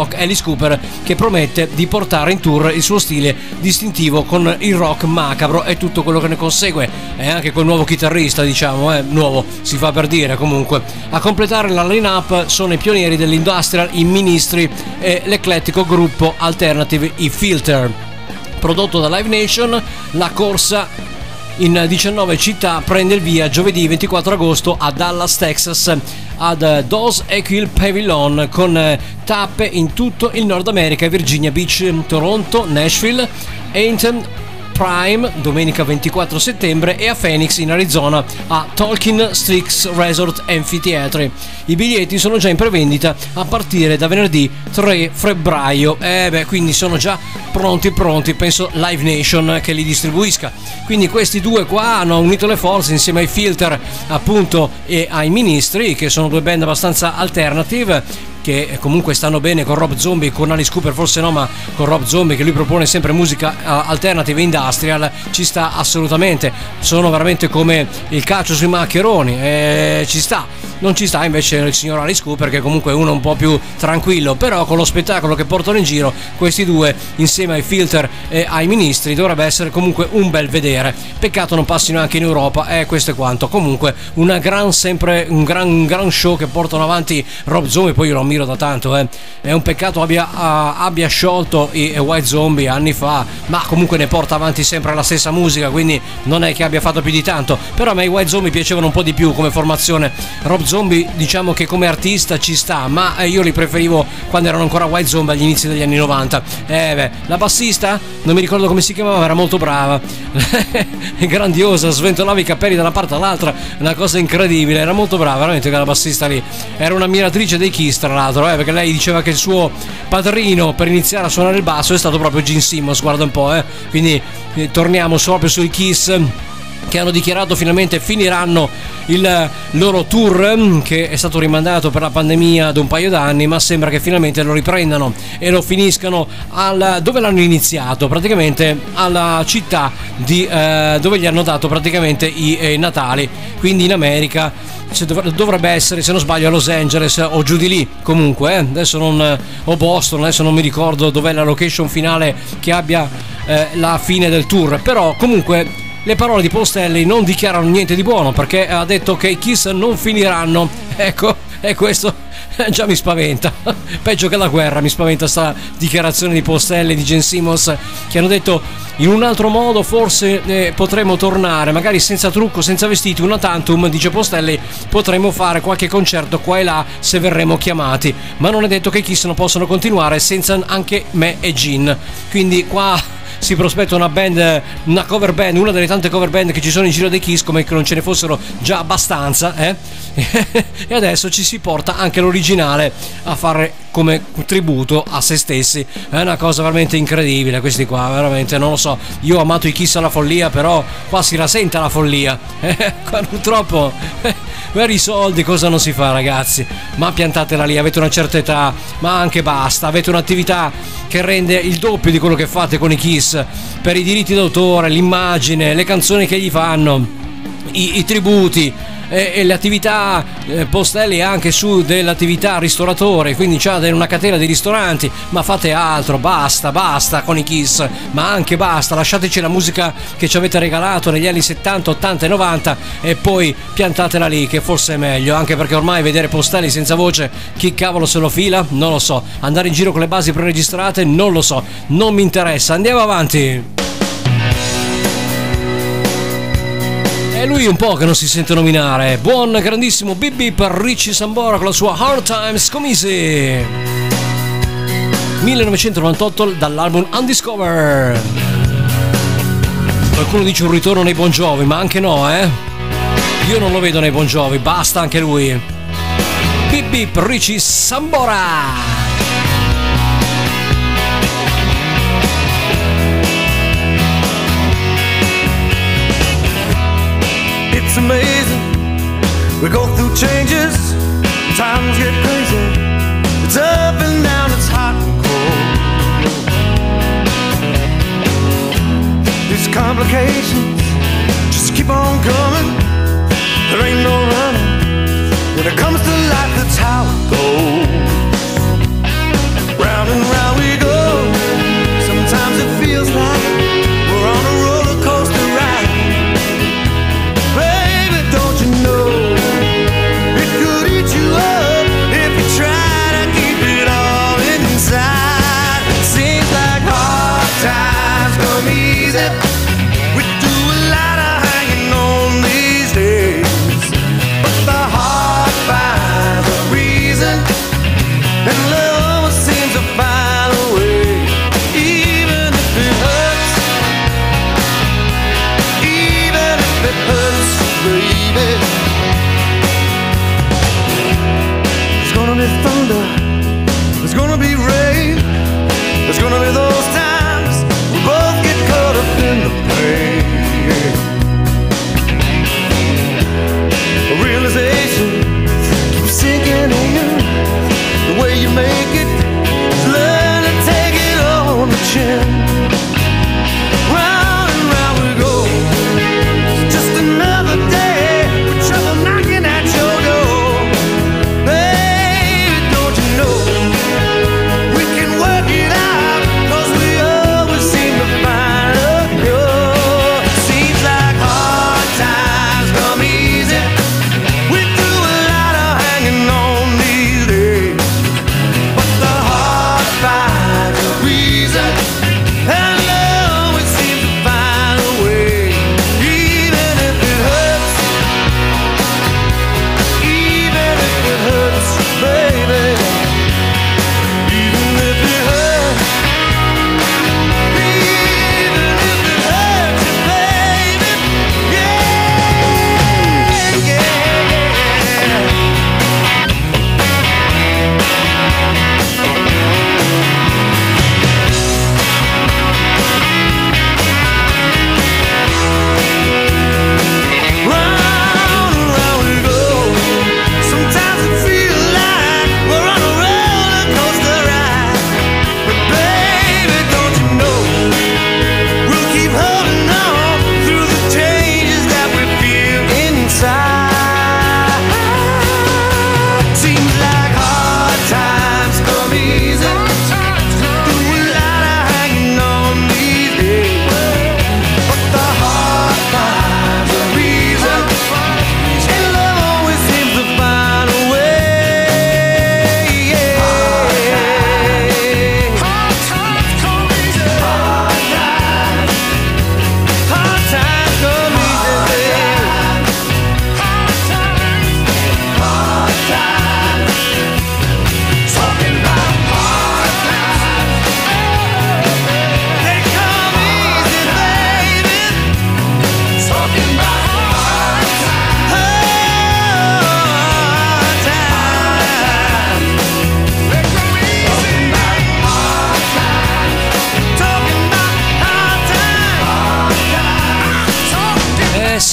rock Alice Cooper, che promette di portare in tour il suo stile distintivo con il rock macabro e tutto quello che ne consegue, e anche quel nuovo chitarrista, diciamo, eh, nuovo si fa per dire. Comunque a completare la line-up sono i pionieri dell'industrial, i Ministry e l'eclettico gruppo alternative i Filter. Prodotto da Live Nation, la corsa in diciannove città prende il via giovedì ventiquattro agosto a Dallas, Texas, ad Dos Equil Pavilion, con tappe in tutto il Nord America, Virginia Beach, Toronto, Nashville, Eaton, Prime domenica ventiquattro settembre e a Phoenix in Arizona a Tolkien Strix Resort Amphitheatre. I biglietti sono già in prevendita a partire da venerdì tre febbraio. Eh beh, quindi sono già pronti pronti, penso Live Nation che li distribuisca. Quindi questi due qua hanno unito le forze insieme ai Filter, appunto, e ai Ministry, che sono due band abbastanza alternative, che comunque stanno bene con Rob Zombie, con Alice Cooper forse no, ma con Rob Zombie, che lui propone sempre musica uh, alternative industrial, ci sta assolutamente. Sono veramente come il calcio sui maccheroni, eh, ci sta. Non ci sta invece il signor Alice Cooper, che comunque è uno un po' più tranquillo, però con lo spettacolo che portano in giro questi due insieme ai Filter e ai Ministri dovrebbe essere comunque un bel vedere. Peccato non passino anche in Europa, e eh, questo è quanto. Comunque una gran sempre un gran, un gran show che portano avanti Rob Zombie, poi io lo ammiro da tanto, eh. È un peccato abbia, uh, abbia sciolto i White Zombie anni fa, ma comunque ne porta avanti sempre la stessa musica, quindi non è che abbia fatto più di tanto. Però a me i White Zombie piacevano un po' di più come formazione. Rob Zombie diciamo che come artista ci sta, ma io li preferivo quando erano ancora White Zombie agli inizi degli anni novanta. Eh beh, la bassista non mi ricordo come si chiamava, era molto brava è grandiosa, sventolava i capelli da una parte all'altra, una cosa incredibile, era molto brava veramente quella bassista lì. Era un'ammiratrice dei Kiss, tra l'altro, eh, perché lei diceva che il suo padrino per iniziare a suonare il basso è stato proprio Gene Simmons, guarda un po', eh. Quindi eh, torniamo proprio sui Kiss, che hanno dichiarato finalmente finiranno il loro tour, che è stato rimandato per la pandemia da un paio d'anni, ma sembra che finalmente lo riprendano e lo finiscano al, dove l'hanno iniziato, praticamente alla città di, eh, dove gli hanno dato praticamente i eh, natali, quindi in America. Dovrebbe essere, se non sbaglio, a Los Angeles o giù di lì, comunque eh. adesso non, o Boston, adesso non mi ricordo dov'è la location finale che abbia eh, la fine del tour, però comunque le parole di Postelli non dichiarano niente di buono, perché ha detto che i Kiss non finiranno. Ecco, e questo già mi spaventa, peggio che la guerra mi spaventa sta dichiarazione di Postelli e di Gene Simmons, che hanno detto in un altro modo forse eh, potremo tornare, magari senza trucco, senza vestiti, una tantum, dice Postelli, potremo fare qualche concerto qua e là se verremo chiamati, ma non è detto che i Kiss non possono continuare senza anche me e Gene. Quindi qua si prospetta una band, una cover band, una delle tante cover band che ci sono in giro dei Kiss, come che non ce ne fossero già abbastanza, eh? E adesso ci si porta anche l'originale a fare come tributo a se stessi. È una cosa veramente incredibile, questi qua, veramente non lo so. Io ho amato i Kiss alla follia, però qua si rasenta la follia, eh? Purtroppo per i soldi cosa non si fa, ragazzi? Ma piantatela lì, avete una certa età, ma anche basta, avete un'attività che rende il doppio di quello che fate con i Kiss, per i diritti d'autore, l'immagine, le canzoni che gli fanno, i, i tributi e, e le attività. eh, Postelli anche su dell'attività ristoratore, quindi c'è una catena di ristoranti, ma fate altro, basta, basta con i Kiss, ma anche basta, lasciateci la musica che ci avete regalato negli anni settanta, ottanta e novanta e poi piantatela lì, che forse è meglio, anche perché ormai vedere Postelli senza voce, chi cavolo se lo fila? Non lo so. Andare in giro con le basi preregistrate? Non lo so, non mi interessa. Andiamo avanti. È lui un po' che non si sente nominare. Buon grandissimo Bip Bip per Richie Sambora con la sua Hard Times Come Easy, millenovecentonovantotto, dall'album Undiscovered. Qualcuno dice un ritorno nei Bon Jovi, ma anche no, eh. Io non lo vedo nei Bon Jovi, basta anche lui. Bip Bip Richie Sambora. It's amazing, we go through changes, times get crazy, it's up and down, it's hot and cold. These complications just keep on coming, there ain't no running, when it comes to life that's how it goes. Round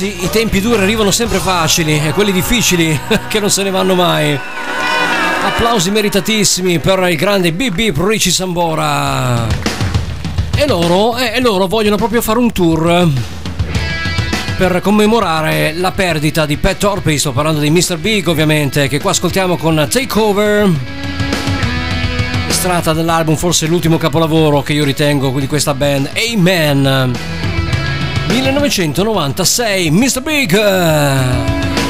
ragazzi, i tempi duri arrivano sempre facili e quelli difficili che non se ne vanno mai. Applausi meritatissimi per il grande Bip Bip Richie Sambora. E loro, eh, e loro vogliono proprio fare un tour per commemorare la perdita di Pat Torpey. Sto parlando di mister Big, ovviamente, che qua ascoltiamo con Takeover, estratta dall'album, forse l'ultimo capolavoro che io ritengo di questa band, Amen, millenovecentonovantasei, mister Big.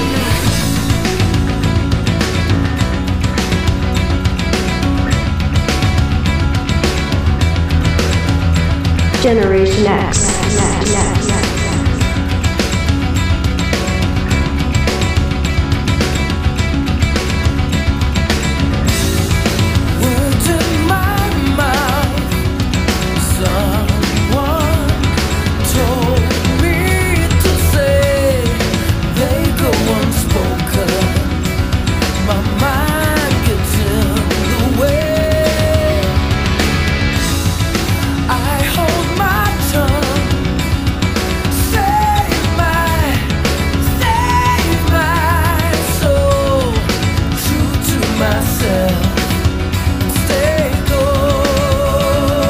Generation X. Next, next, next. Words in my mouth. Someone told me to say they go unspoken. My mind gets in the way. I hold my tongue. Save my, save my soul. True to myself. Stay gold.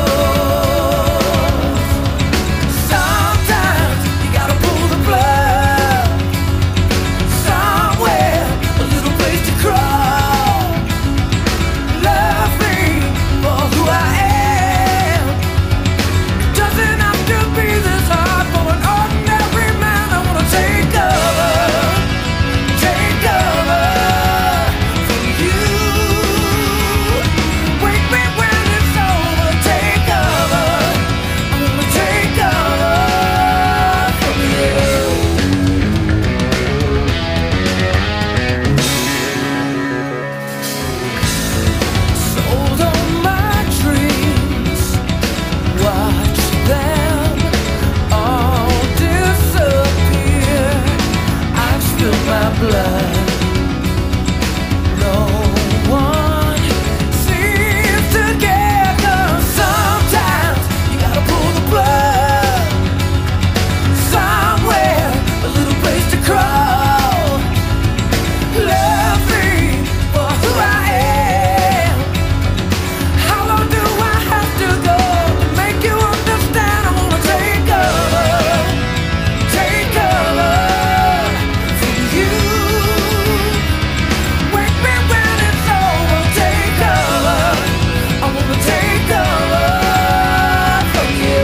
Sometimes you gotta pull the plug. Somewhere, a little place to crawl. Love me for who I am. It doesn't have to be this hard for an ordinary man. I wanna take over, take over from you. Wake me when it's over, take over. I wanna take over from you. Sold on my dreams, watch them all disappear. I've spilled my blood. No one seems to care, 'cause sometimes you gotta pull the plug. Somewhere, a little place to crawl. Love me for who I am. How long do I have to go to make you understand? I wanna take over, take over from you. Wake me when it's over, take over. I wanna take over from you.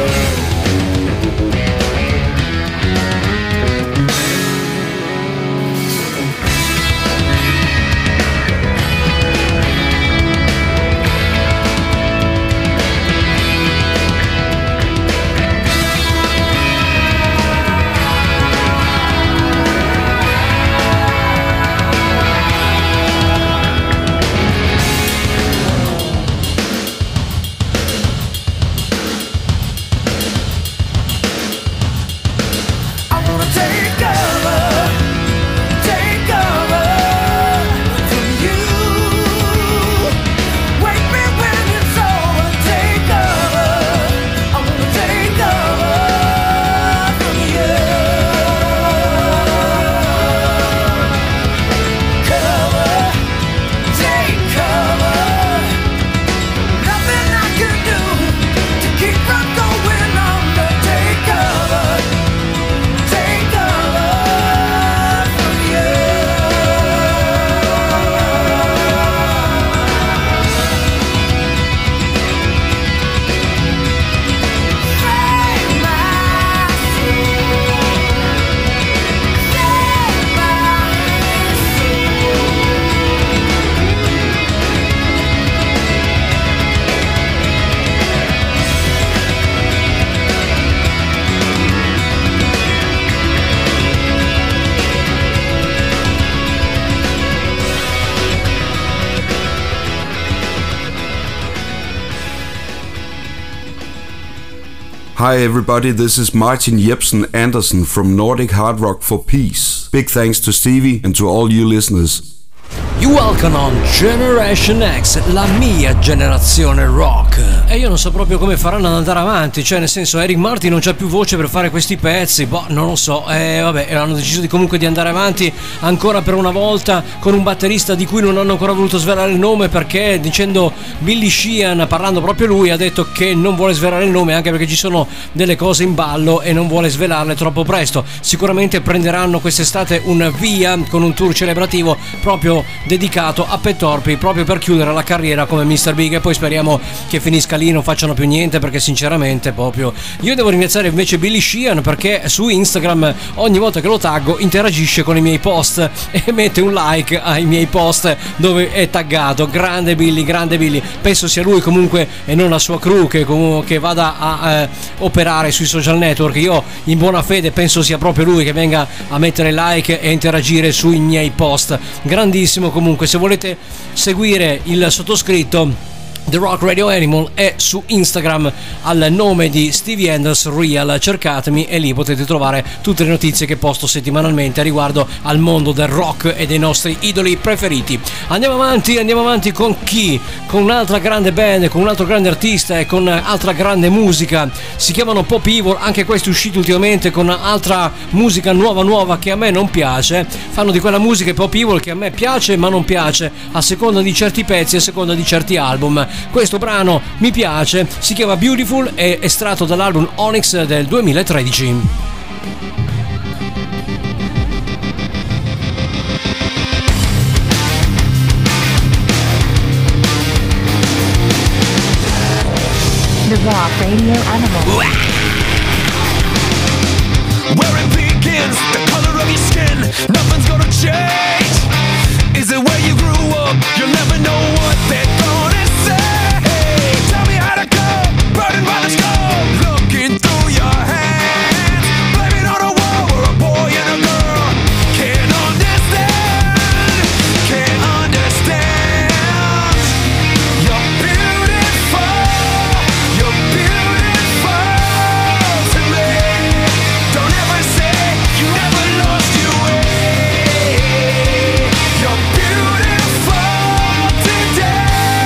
I wanna take over, take over from you. Wake me when it's over, take over. I wanna take over from you. Cover, take cover. Nothing I can do to keep from going under. Take cover. Take over from you. Save my soul. Save my soul. Hi everybody, this is Martin Jepsen Andersen from Nordic Hard Rock for Peace. Big thanks to Stevie and to all you listeners. You welcome on Generation X, la mia generazione rock. E io non so proprio come faranno ad andare avanti, cioè nel senso Eric Martin non c'ha più voce per fare questi pezzi, boh, non lo so, eh, vabbè, hanno deciso di comunque di andare avanti ancora per una volta con un batterista di cui non hanno ancora voluto svelare il nome, perché dicendo Billy Sheehan, parlando proprio lui, ha detto che non vuole svelare il nome anche perché ci sono delle cose in ballo e non vuole svelarle troppo presto. Sicuramente prenderanno quest'estate un via con un tour celebrativo proprio dedicato a Pet Torpy, proprio per chiudere la carriera come mister Big, e poi speriamo che finisca lì, non facciano più niente, perché sinceramente proprio io devo ringraziare invece Billy Sheehan, perché su Instagram ogni volta che lo taggo interagisce con i miei post e mette un like ai miei post dove è taggato. Grande Billy, grande Billy, penso sia lui comunque e non la sua crew che, comunque, che vada a eh, operare sui social network. Io in buona fede penso sia proprio lui che venga a mettere like e interagire sui miei post. Grandissimo. Comunque, se volete seguire il sottoscritto, The Rock Radio Animal è su Instagram al nome di Stevie Anders Real, cercatemi e lì potete trovare tutte le notizie che posto settimanalmente riguardo al mondo del rock e dei nostri idoli preferiti. Andiamo avanti, andiamo avanti con chi? Con un'altra grande band, con un altro grande artista e con altra grande musica. Si chiamano Pop Evil, anche questi usciti ultimamente con altra musica nuova nuova che a me non piace. Fanno di quella musica Pop Evil che a me piace ma non piace, a seconda di certi pezzi, a seconda di certi album. Questo brano mi piace, si chiama Beautiful, è estratto dall'album Onyx del duemilatredici. The Rock Radio Animal. Where it begins, the color of your skin, nothing's gonna change. Is it where you grew up? You'll never know what they're gonna say. Tell me how to go, burning by the skull, looking through your hands, blaming on a war or a boy and a girl. Can't understand, can't understand. You're beautiful, you're beautiful to me. Don't ever say you never lost your way. You're beautiful today.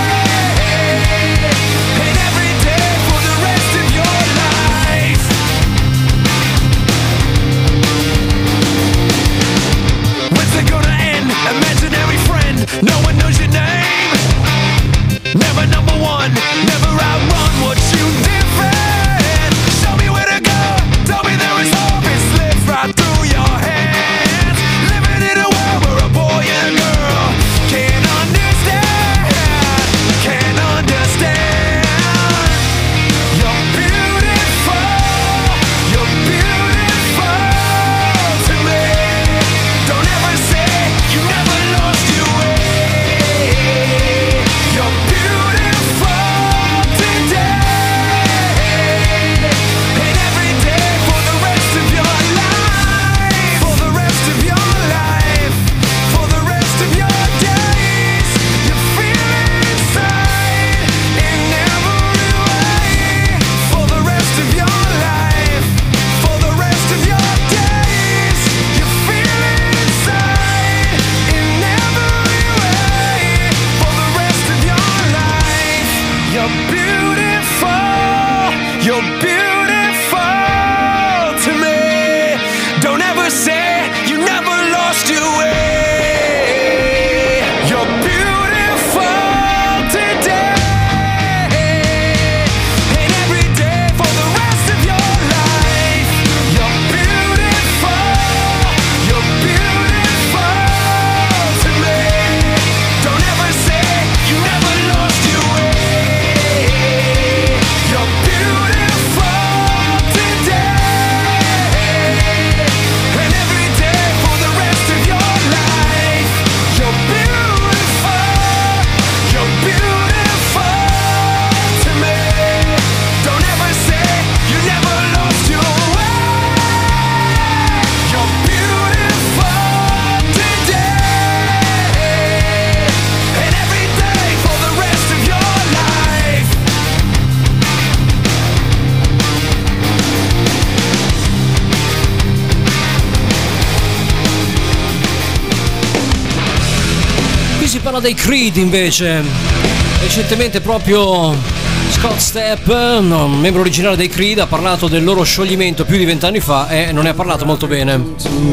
parla dei Creed invece. Recentemente proprio Scott Stapp, no, membro originale dei Creed, ha parlato del loro scioglimento più di vent'anni fa e non ne ha parlato molto bene.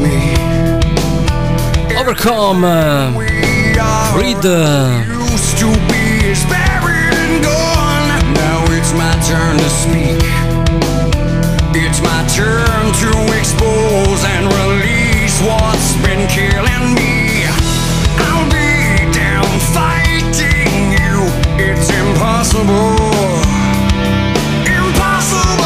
Overcome, Creed. Used to be buried and gone. Now it's my turn to speak. It's my turn to expose and release what's been killing me. I'll be down fighting you. It's impossible. Impossible.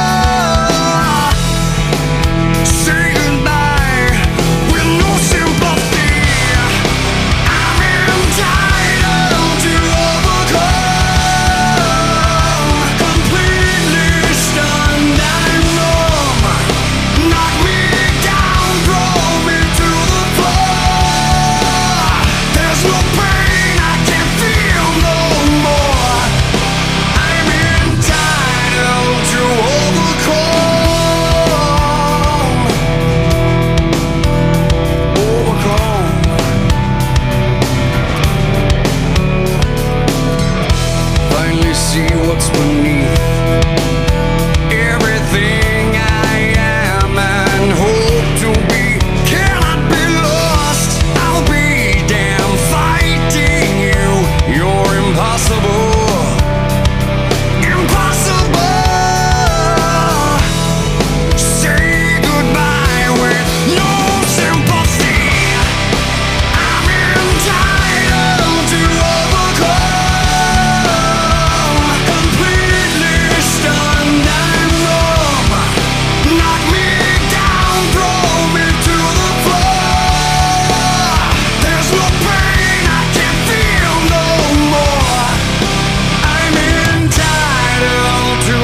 Say goodbye with no sympathy. I'm entitled to overcome. Completely stunned and numb. Knock me down, throw me to the floor. There's no pain I can feel no more. I'm entitled to overcome. Overcome. Finally see what's beneath everything I am and hope to be. Cannot be lost. I'll be damn fighting you. You're impossible. Impossible. Say goodbye with no sympathy. I'm entitled to overcome. Completely stunned and numb. Knock me down, throw me to the floor. There's no pain I can feel no more. I'm entitled to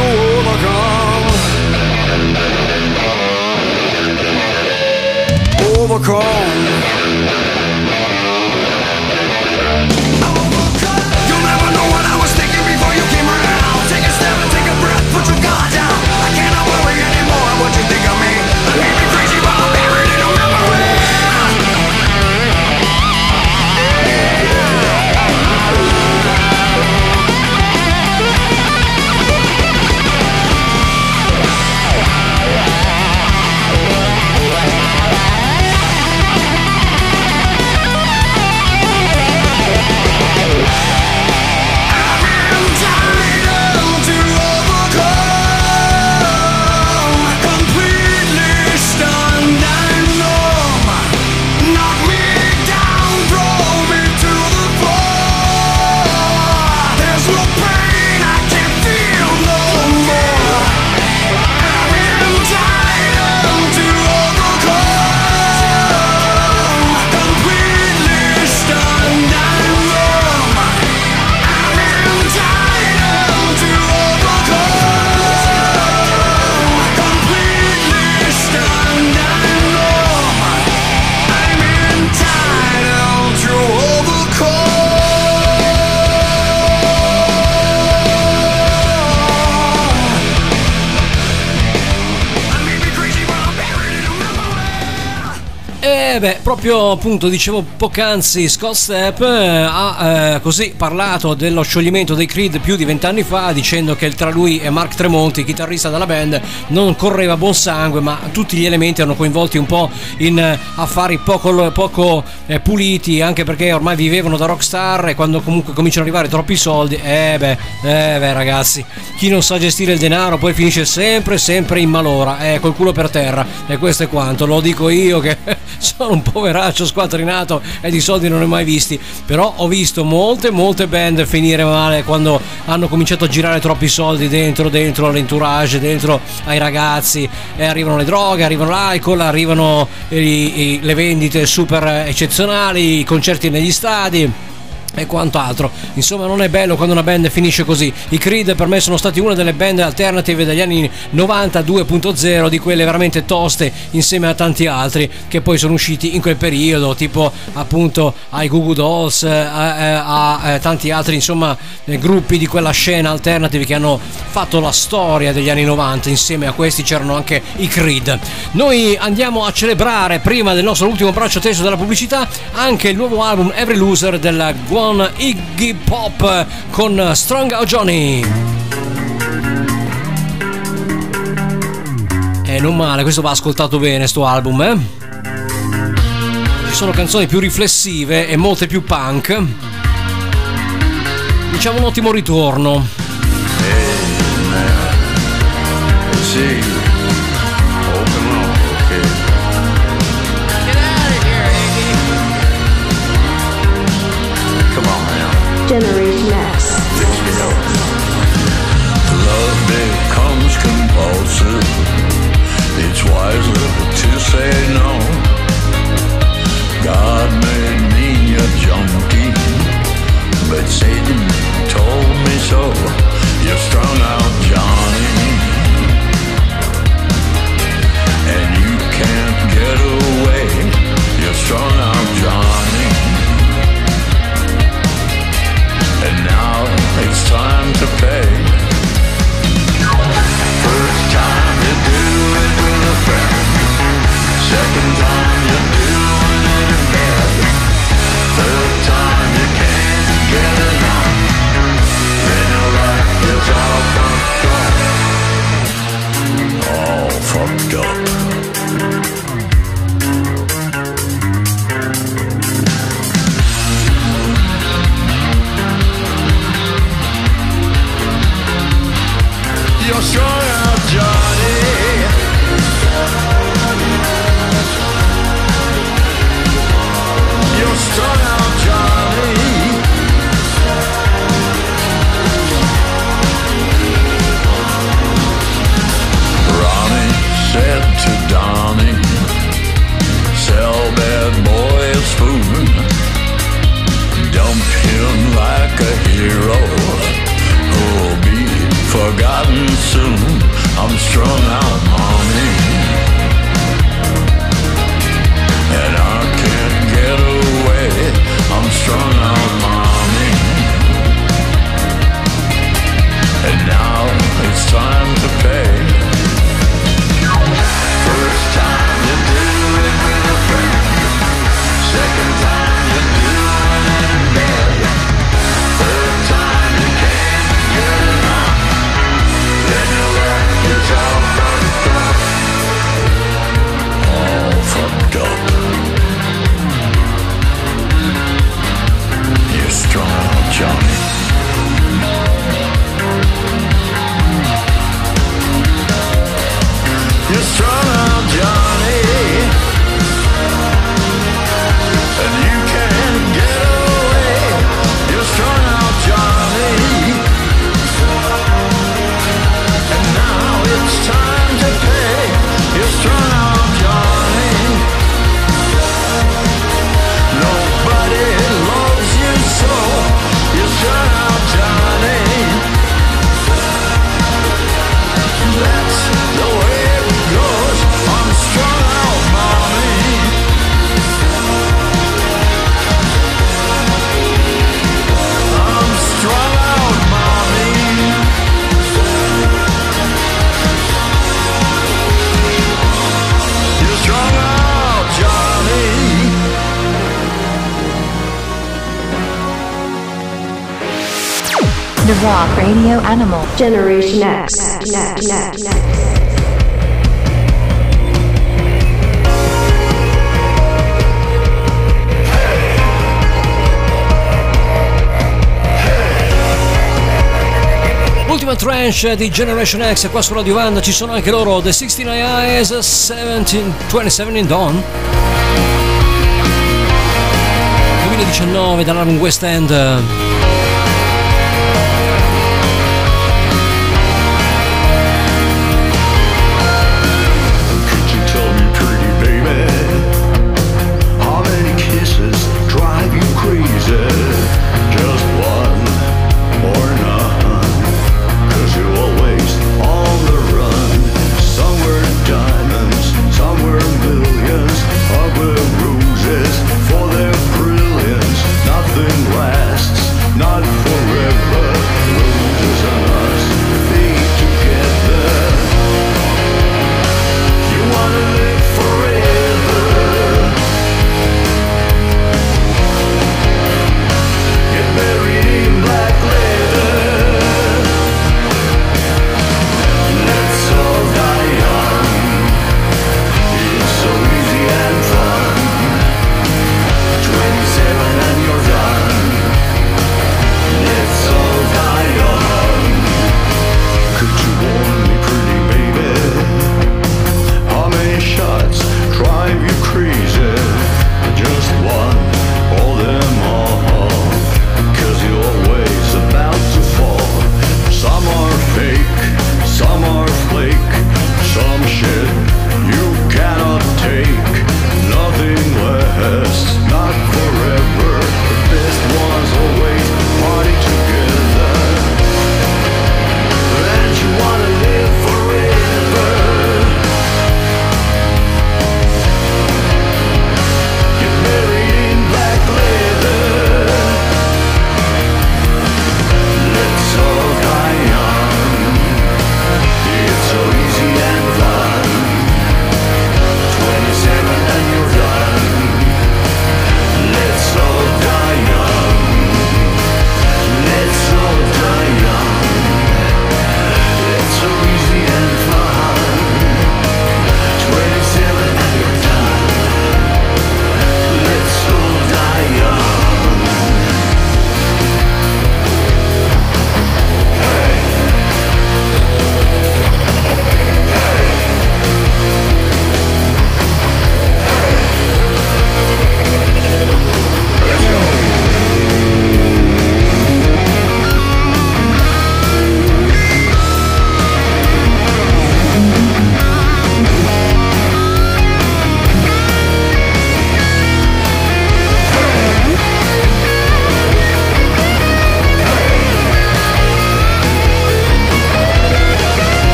overcome. Overcome. You'll never know what I was thinking before you came around. Take a step and take a breath, put your guard down. I cannot worry anymore what you think of me. I may be crazy, but I'm buried in a memory. Entitled to overcome. Completely stunned and numb. Knock me down, throw me to the floor. There's no pain I can feel no more. I'm entitled to overcome. Completely stunned and numb. I'm entitled to overcome. Completely stunned and numb. I'm entitled to overcome. I may be crazy, but I'm buried in a memory. E beh, proprio appunto dicevo poc'anzi, Scott Stapp eh, ha eh, così parlato dello scioglimento dei Creed più di vent'anni fa, dicendo che tra lui e Mark Tremonti, chitarrista della band, non correva buon sangue, ma tutti gli elementi erano coinvolti un po' in eh, affari poco, poco eh, puliti, anche perché ormai vivevano da rockstar e quando comunque cominciano ad arrivare troppi soldi, eh beh, eh beh ragazzi, chi non sa gestire il denaro poi finisce sempre, sempre in malora, eh, col culo per terra, e questo è quanto, lo dico io che sono un poveraccio squattrinato e di soldi non ne ho mai visti, però ho visto molte molte band finire male quando hanno cominciato a girare troppi soldi dentro dentro l'entourage, dentro ai ragazzi, e arrivano le droghe, arrivano l'alcol, arrivano i, i, le vendite super eccezionali, i concerti negli stadi. e quant'altro. Insomma, non è bello quando una band finisce così. I Creed per me sono stati una delle band alternative degli anni novanta due punto zero, di quelle veramente toste, insieme a tanti altri che poi sono usciti in quel periodo, tipo appunto ai Goo Goo Dolls, a, a, a, a tanti altri, insomma, eh, gruppi di quella scena alternative che hanno fatto la storia degli anni novanta. Insieme a questi c'erano anche i Creed. Noi andiamo a celebrare, prima del nostro ultimo braccio teso della pubblicità, anche il nuovo album Every Loser della Guan Iggy Pop con Strong Out Johnny. E non male, questo va ascoltato bene, sto album, eh? Ci sono canzoni più riflessive e molte più punk. Diciamo un ottimo ritorno. Hey, man. See. Open up, okay. Get out of here, Iggy. Come on now. Generation X. Fix me up. Love becomes compulsive. It's wiser to say no. God made me a junkie, but Satan told me so. You're strung out, Johnny, and you can't get away. You're strung out, Johnny, and now it's time to pay. First time you do it with a friend, second time you're doing it in bed, third time you can't get enough, then your life is all fucked up, all fucked up. You're strung out, Johnny. You're strung out, Johnny. Ronnie said to Donnie, sell bad boy a spoon, dump him like a hero who'll be forgotten soon. I'm strung out, mommy, and I can't get away. I'm strung out, mommy, and now it's time to pay. First time you do it with a friend, second time you do it in bed, third time you can't get enough, then your life is all fucked up, all fucked up. You're strung out, Johnny. You're strung out, Johnny, and you can't get away. You're strung out, Johnny, and now it's time to pay. You're strung out, Johnny. Nobody loves you so. You're strung out, Johnny. That's the way it goes. I'm strung out, mommy. I'm strung out, mommy. You're strung out, Johnny. The Rock Radio Animal. Generation X. X, X, X. Ultima tranche di Generation X qua su Radio Vanda. Ci sono anche loro, The sixty-nine Eyes, seventeen, twenty-seven in Dawn, duemiladiciannove, dall'album West End. How many kisses drive you crazy?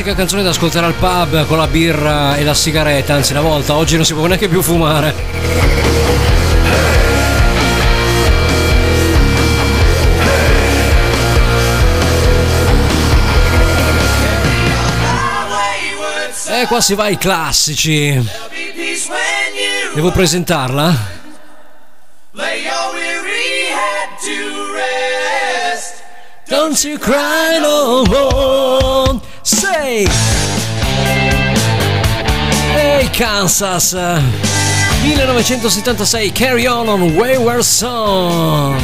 classica canzone da ascoltare al pub con la birra e la sigaretta, anzi una volta, oggi non si può neanche più fumare. E qua si va ai classici. Devo presentarla? Don't you cry no more. Say. Hey Kansas. millenovecentosettantasei, Carry On on Wayward Song.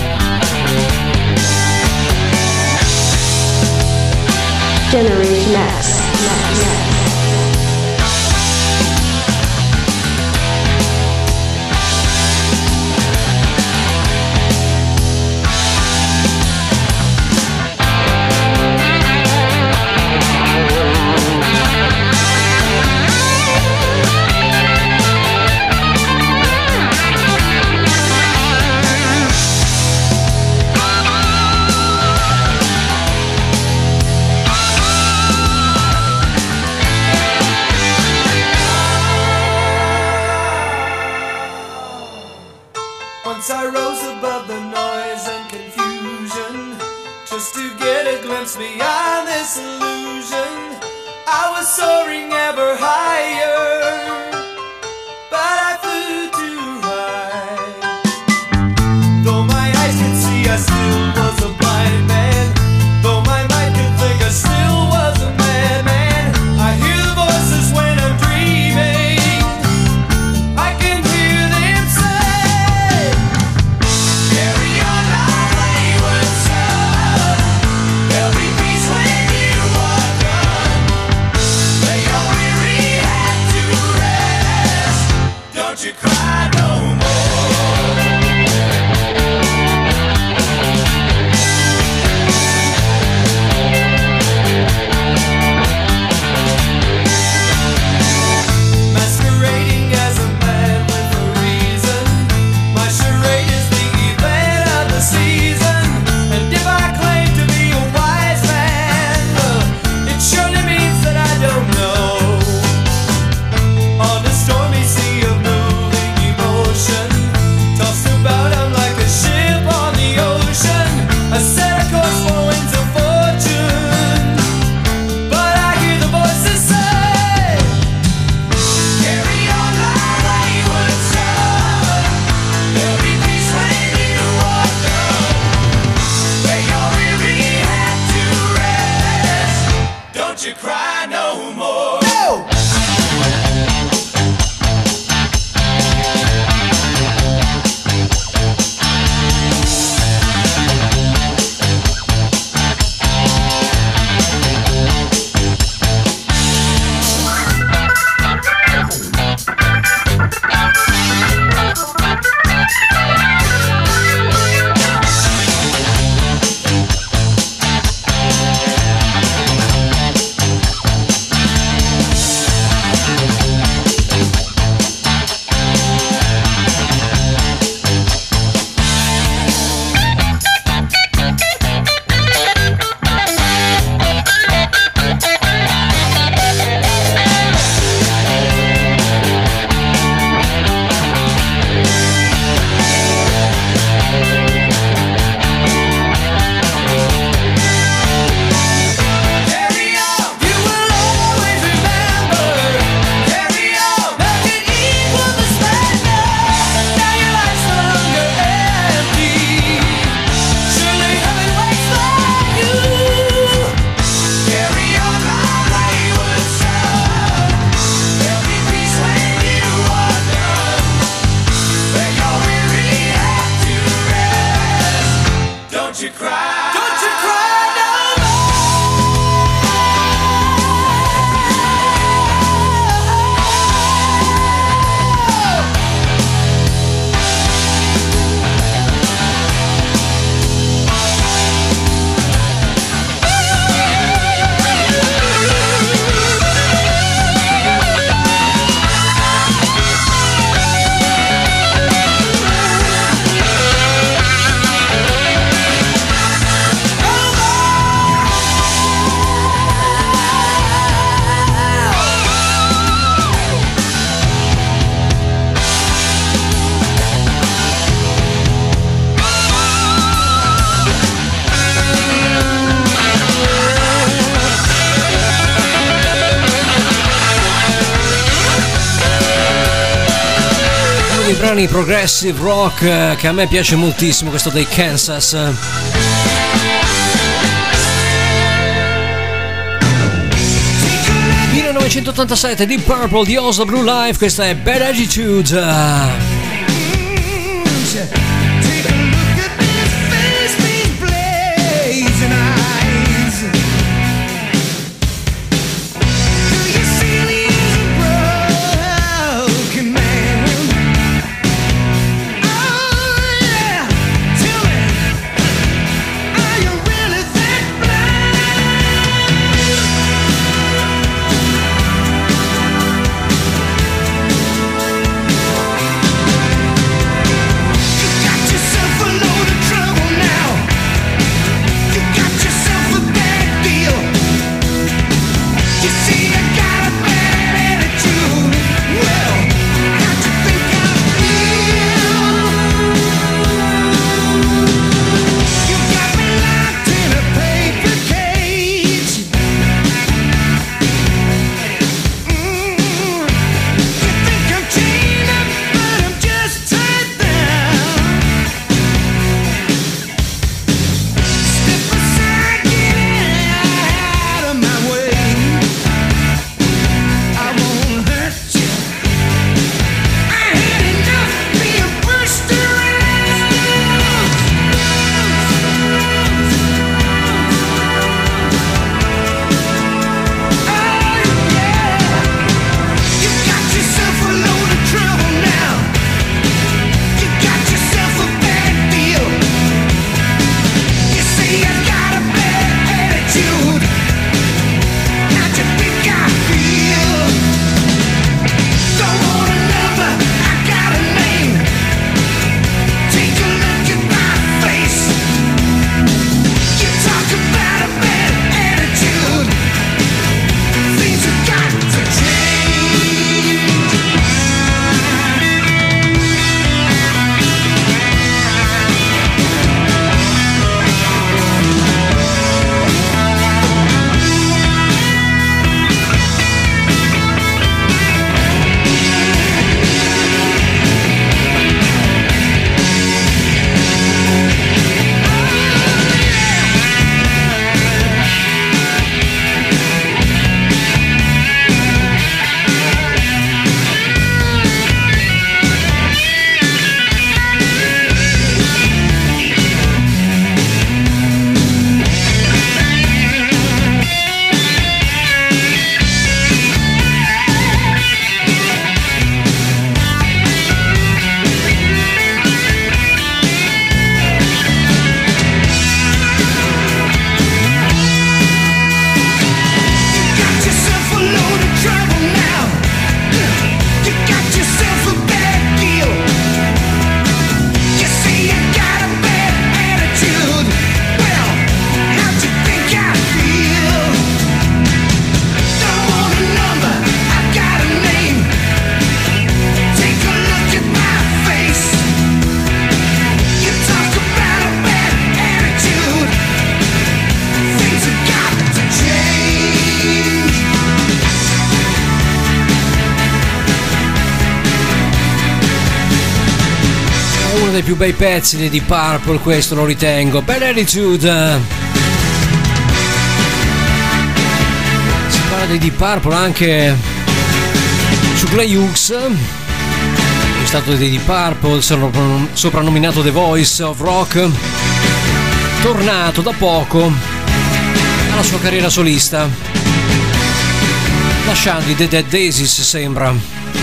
Generation X. Once I rose above the noise and confusion, just to get a glimpse beyond this illusion. I was soaring ever higher, but I flew too high. Though my eyes could see, I still was a blind man. Though my mind could think, I still was a madman. I hear the voices when I'm dreaming. I can hear them say, carry on my wayward son. There'll be peace when you are done. Lay your weary head to dei brani progressive rock eh, che a me piace moltissimo, questo dei Kansas. millenovecentottantasette Deep Purple di Oslo Blue Life, questa è Bad Attitude. Dei più bei pezzi di Deep Purple, questo lo ritengo. Bad Attitude. Si parla di Deep Purple anche su Glenn Hughes, è stato dei Deep Purple, soprannominato The Voice of Rock, tornato da poco alla sua carriera solista, lasciando i The Dead Daisies, sembra,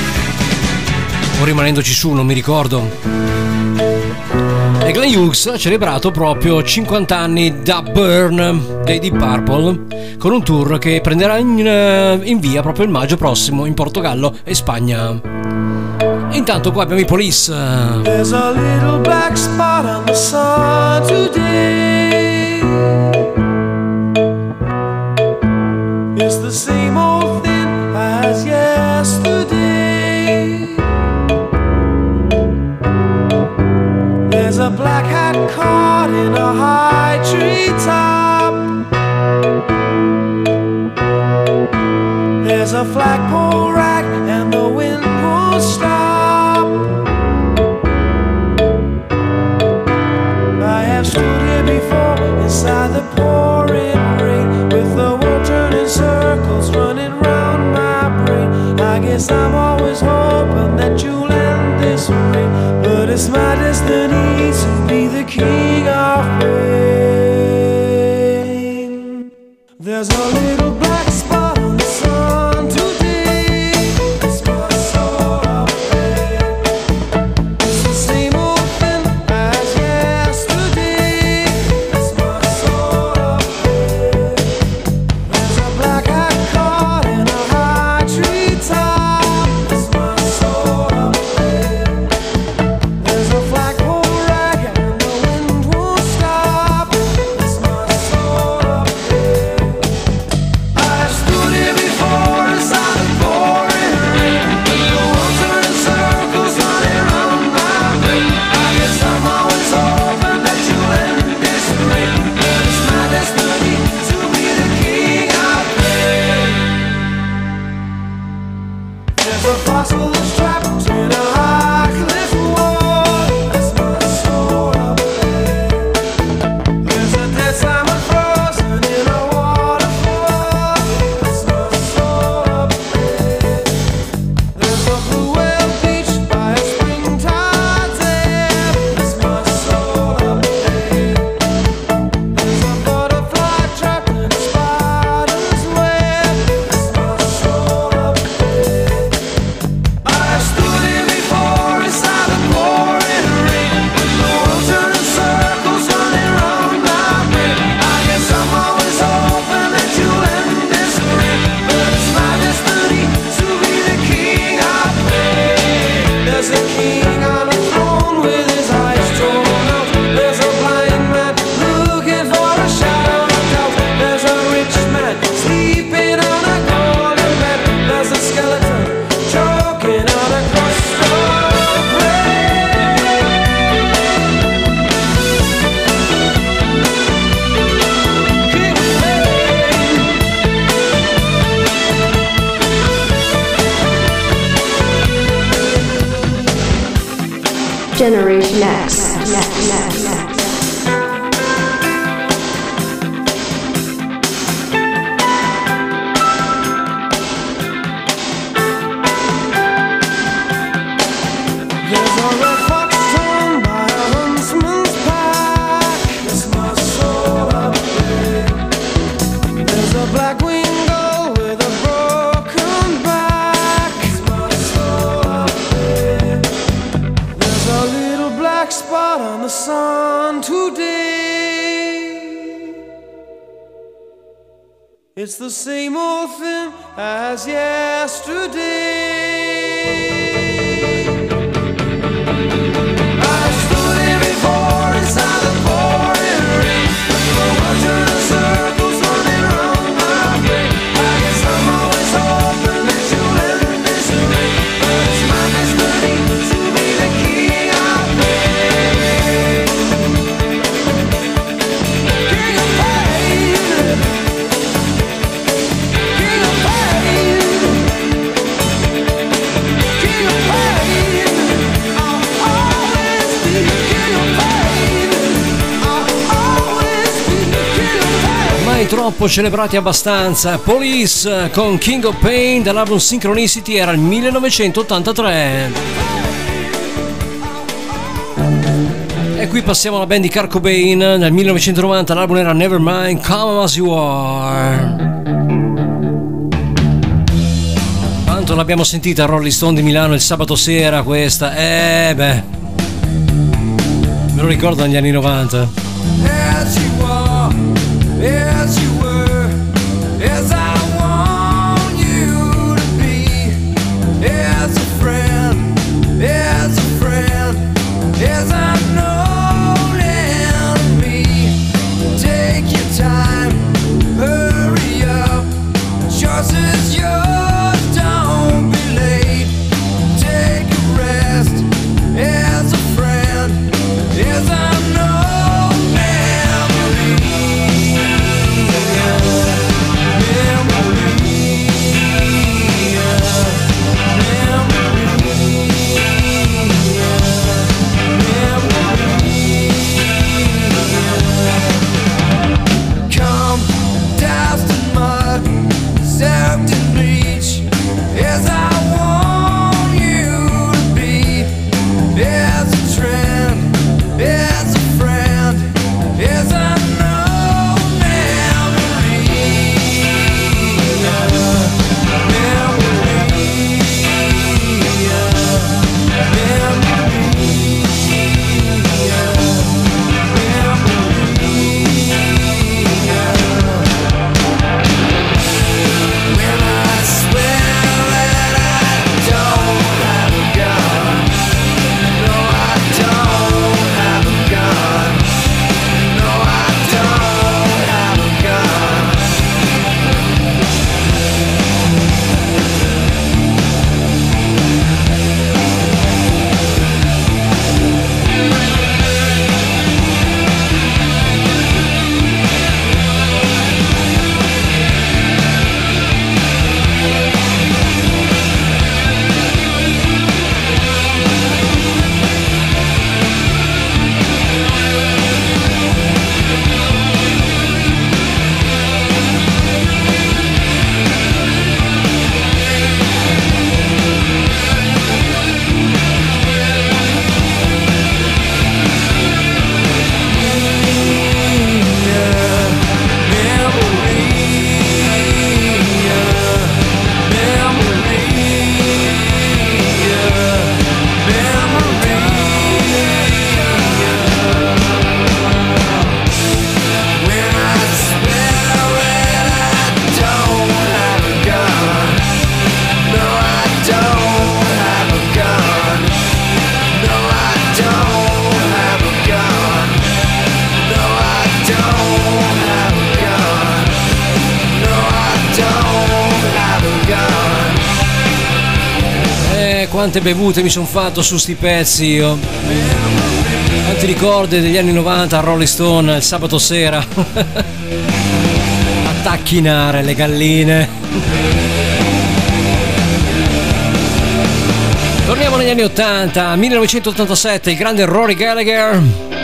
o rimanendoci su, non mi ricordo. E Glenn Hughes ha celebrato proprio cinquanta anni da Burn dei Deep Purple con un tour che prenderà in, in via proprio il maggio prossimo in Portogallo e Spagna. E intanto qua abbiamo i Police. There's a little black spot on the sun today. It's the same old thing as yesterday. There's a black hat caught in a high tree top. There's a flagpole rack and the wind won't stop. is trapped in a high cliff wall. There's my soul up there. There's a dead salmon frozen in a waterfall. There's my soul up there. There's a blue whale beached by a springtide there. There's my soul up there. There's a butterfly trapped in a spider's web. There's my soul up there. I stood here before inside the pouring rain. The world turning circles running round my brain. I guess I'm always hoping that you'll end this rain. But it's my destiny to be the king of pain. There's a king on a throne with his eyes drawn out. There's a blind man looking for a shadow of doubt. There's a rich man sleeping on a golden bed. There's a skeleton choking on a crust of bread. King of pain. Generation X. Next, next, next. There's a red fox torn by a huntsman's pack. It's my soul up there. There's a black winged gull with a broken back. It's my soul up there. There's a little black spot on the sun today. It's the same old thing as yesterday. I stood here before inside the pouring rain. The world turning circles running round my brain. I guess I'm always hoping that you'll end this rain. But it's my destiny to be the king of pain. King of pain. King of pain. King of pain. I'll always be king of pain. I'll always be king of pain. Mai troppo celebrati abbastanza. Police con King of Pain dall'album Synchronicity, era il millenovecentottantatré. E qui passiamo alla band di Kurt Cobain. Nel millenovecentonovanta l'album era Nevermind, Come As You Are. Quanto l'abbiamo sentita a Rolling Stone di Milano il sabato sera questa? Eh beh, me lo ricordo negli anni novanta. As you are, as you were, as I want you to be, as a friend, as a friend, as I'm known in me. Take your time, hurry up, choice is yours, don't be late. Take a rest, as a friend, as I'm known memory. quante bevute mi sono fatto su sti pezzi io. Quanti ricordi degli anni novanta a Rolling Stone il sabato sera a tacchinare le galline. Torniamo negli anni ottanta, millenovecentottantasette, il grande Rory Gallagher,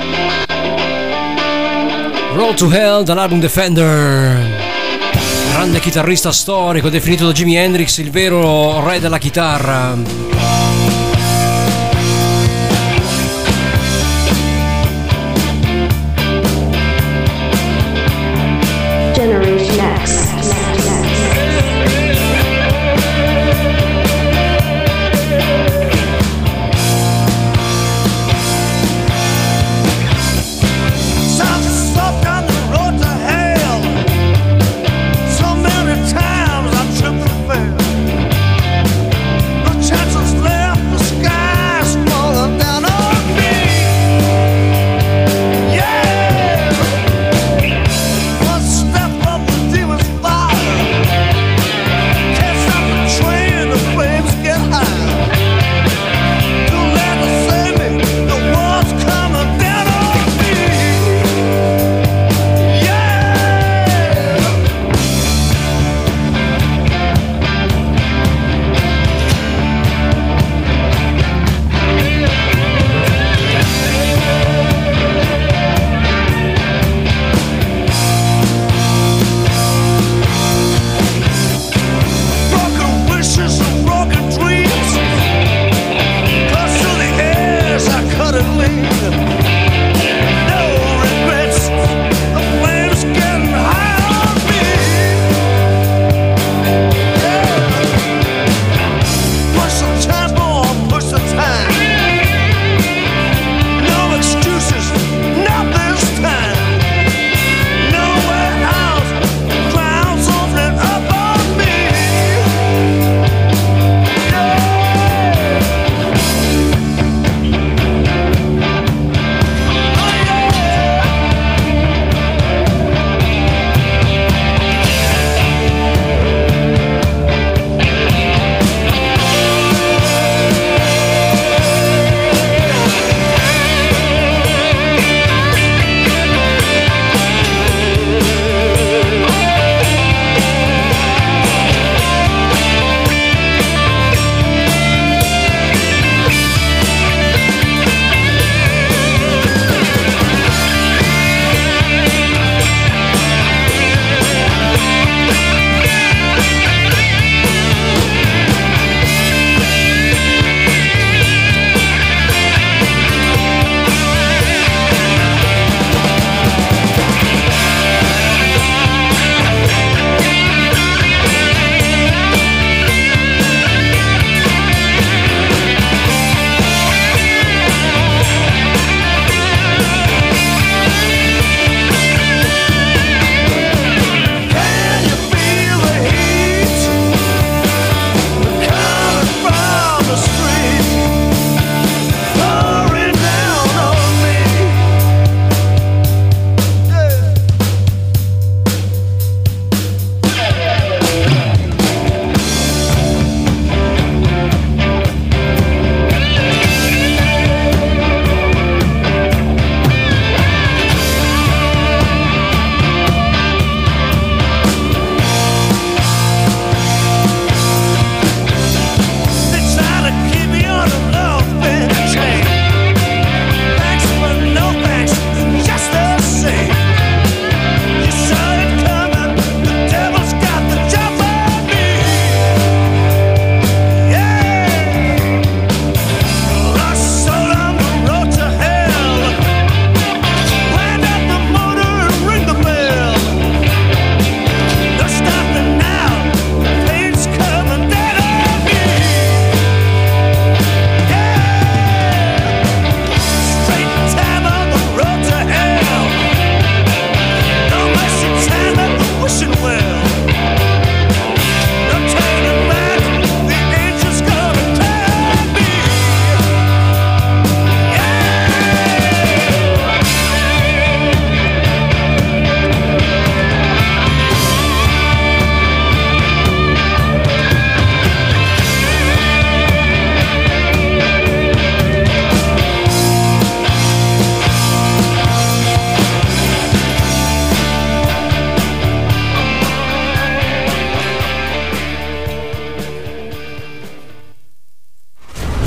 Roll to Hell dall'album Defender. Grande chitarrista storico, definito da Jimi Hendrix il vero re della chitarra. Generation X. Chances left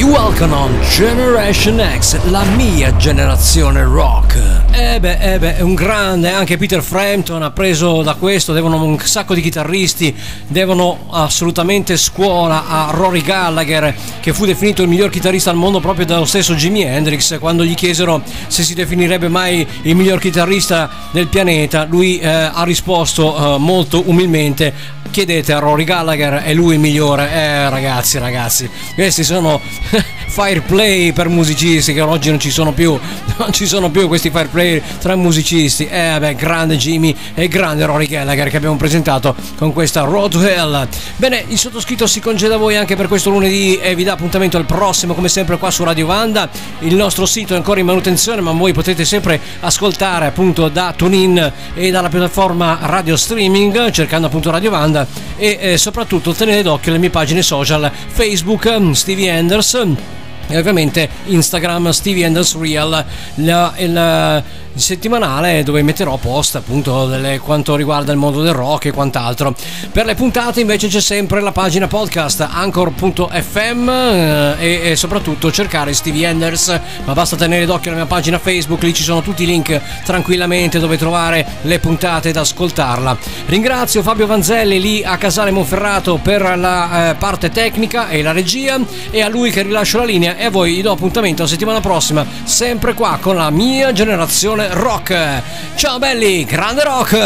Welcome on Generation X, la mia generazione rock. Eh beh, eh beh, è un grande, anche Peter Frampton ha preso da questo, devono un sacco di chitarristi, devono assolutamente scuola a Rory Gallagher, che fu definito il miglior chitarrista al mondo proprio dallo stesso Jimi Hendrix. Quando gli chiesero se si definirebbe mai il miglior chitarrista del pianeta, lui eh, ha risposto eh, molto umilmente: chiedete a Rory Gallagher, è lui il migliore. Eh ragazzi, ragazzi, questi sono fireplay per musicisti che oggi non ci sono più, non ci sono più questi fireplay tra musicisti. Eh beh, grande Jimmy e grande Rory Gallagher che abbiamo presentato con questa Road to Hell. Bene, il sottoscritto si congeda da voi anche per questo lunedì e vi dà appuntamento al prossimo, come sempre qua su Radio Vanda. Il nostro sito è ancora in manutenzione, ma voi potete sempre ascoltare appunto da TuneIn e dalla piattaforma radio streaming cercando appunto Radio Vanda, e eh, soprattutto tenete d'occhio le mie pagine social: Facebook Stevie Enders e ovviamente Instagram Stevie Enders Real, la, il, il settimanale dove metterò post appunto delle, quanto riguarda il mondo del rock e quant'altro. Per le puntate invece c'è sempre la pagina podcast anchor punto effe emme eh, e, e soprattutto cercare Stevie Enders, ma basta tenere d'occhio la mia pagina Facebook, lì ci sono tutti i link tranquillamente dove trovare le puntate ed ascoltarla. Ringrazio Fabio Vanzelli lì a Casale Monferrato per la eh, parte tecnica e la regia, e a lui che rilascio la linea, e a voi vi do appuntamento la settimana prossima sempre qua con la mia generazione rock. Ciao belli, grande rock.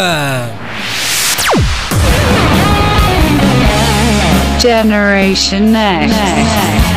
Generation Next.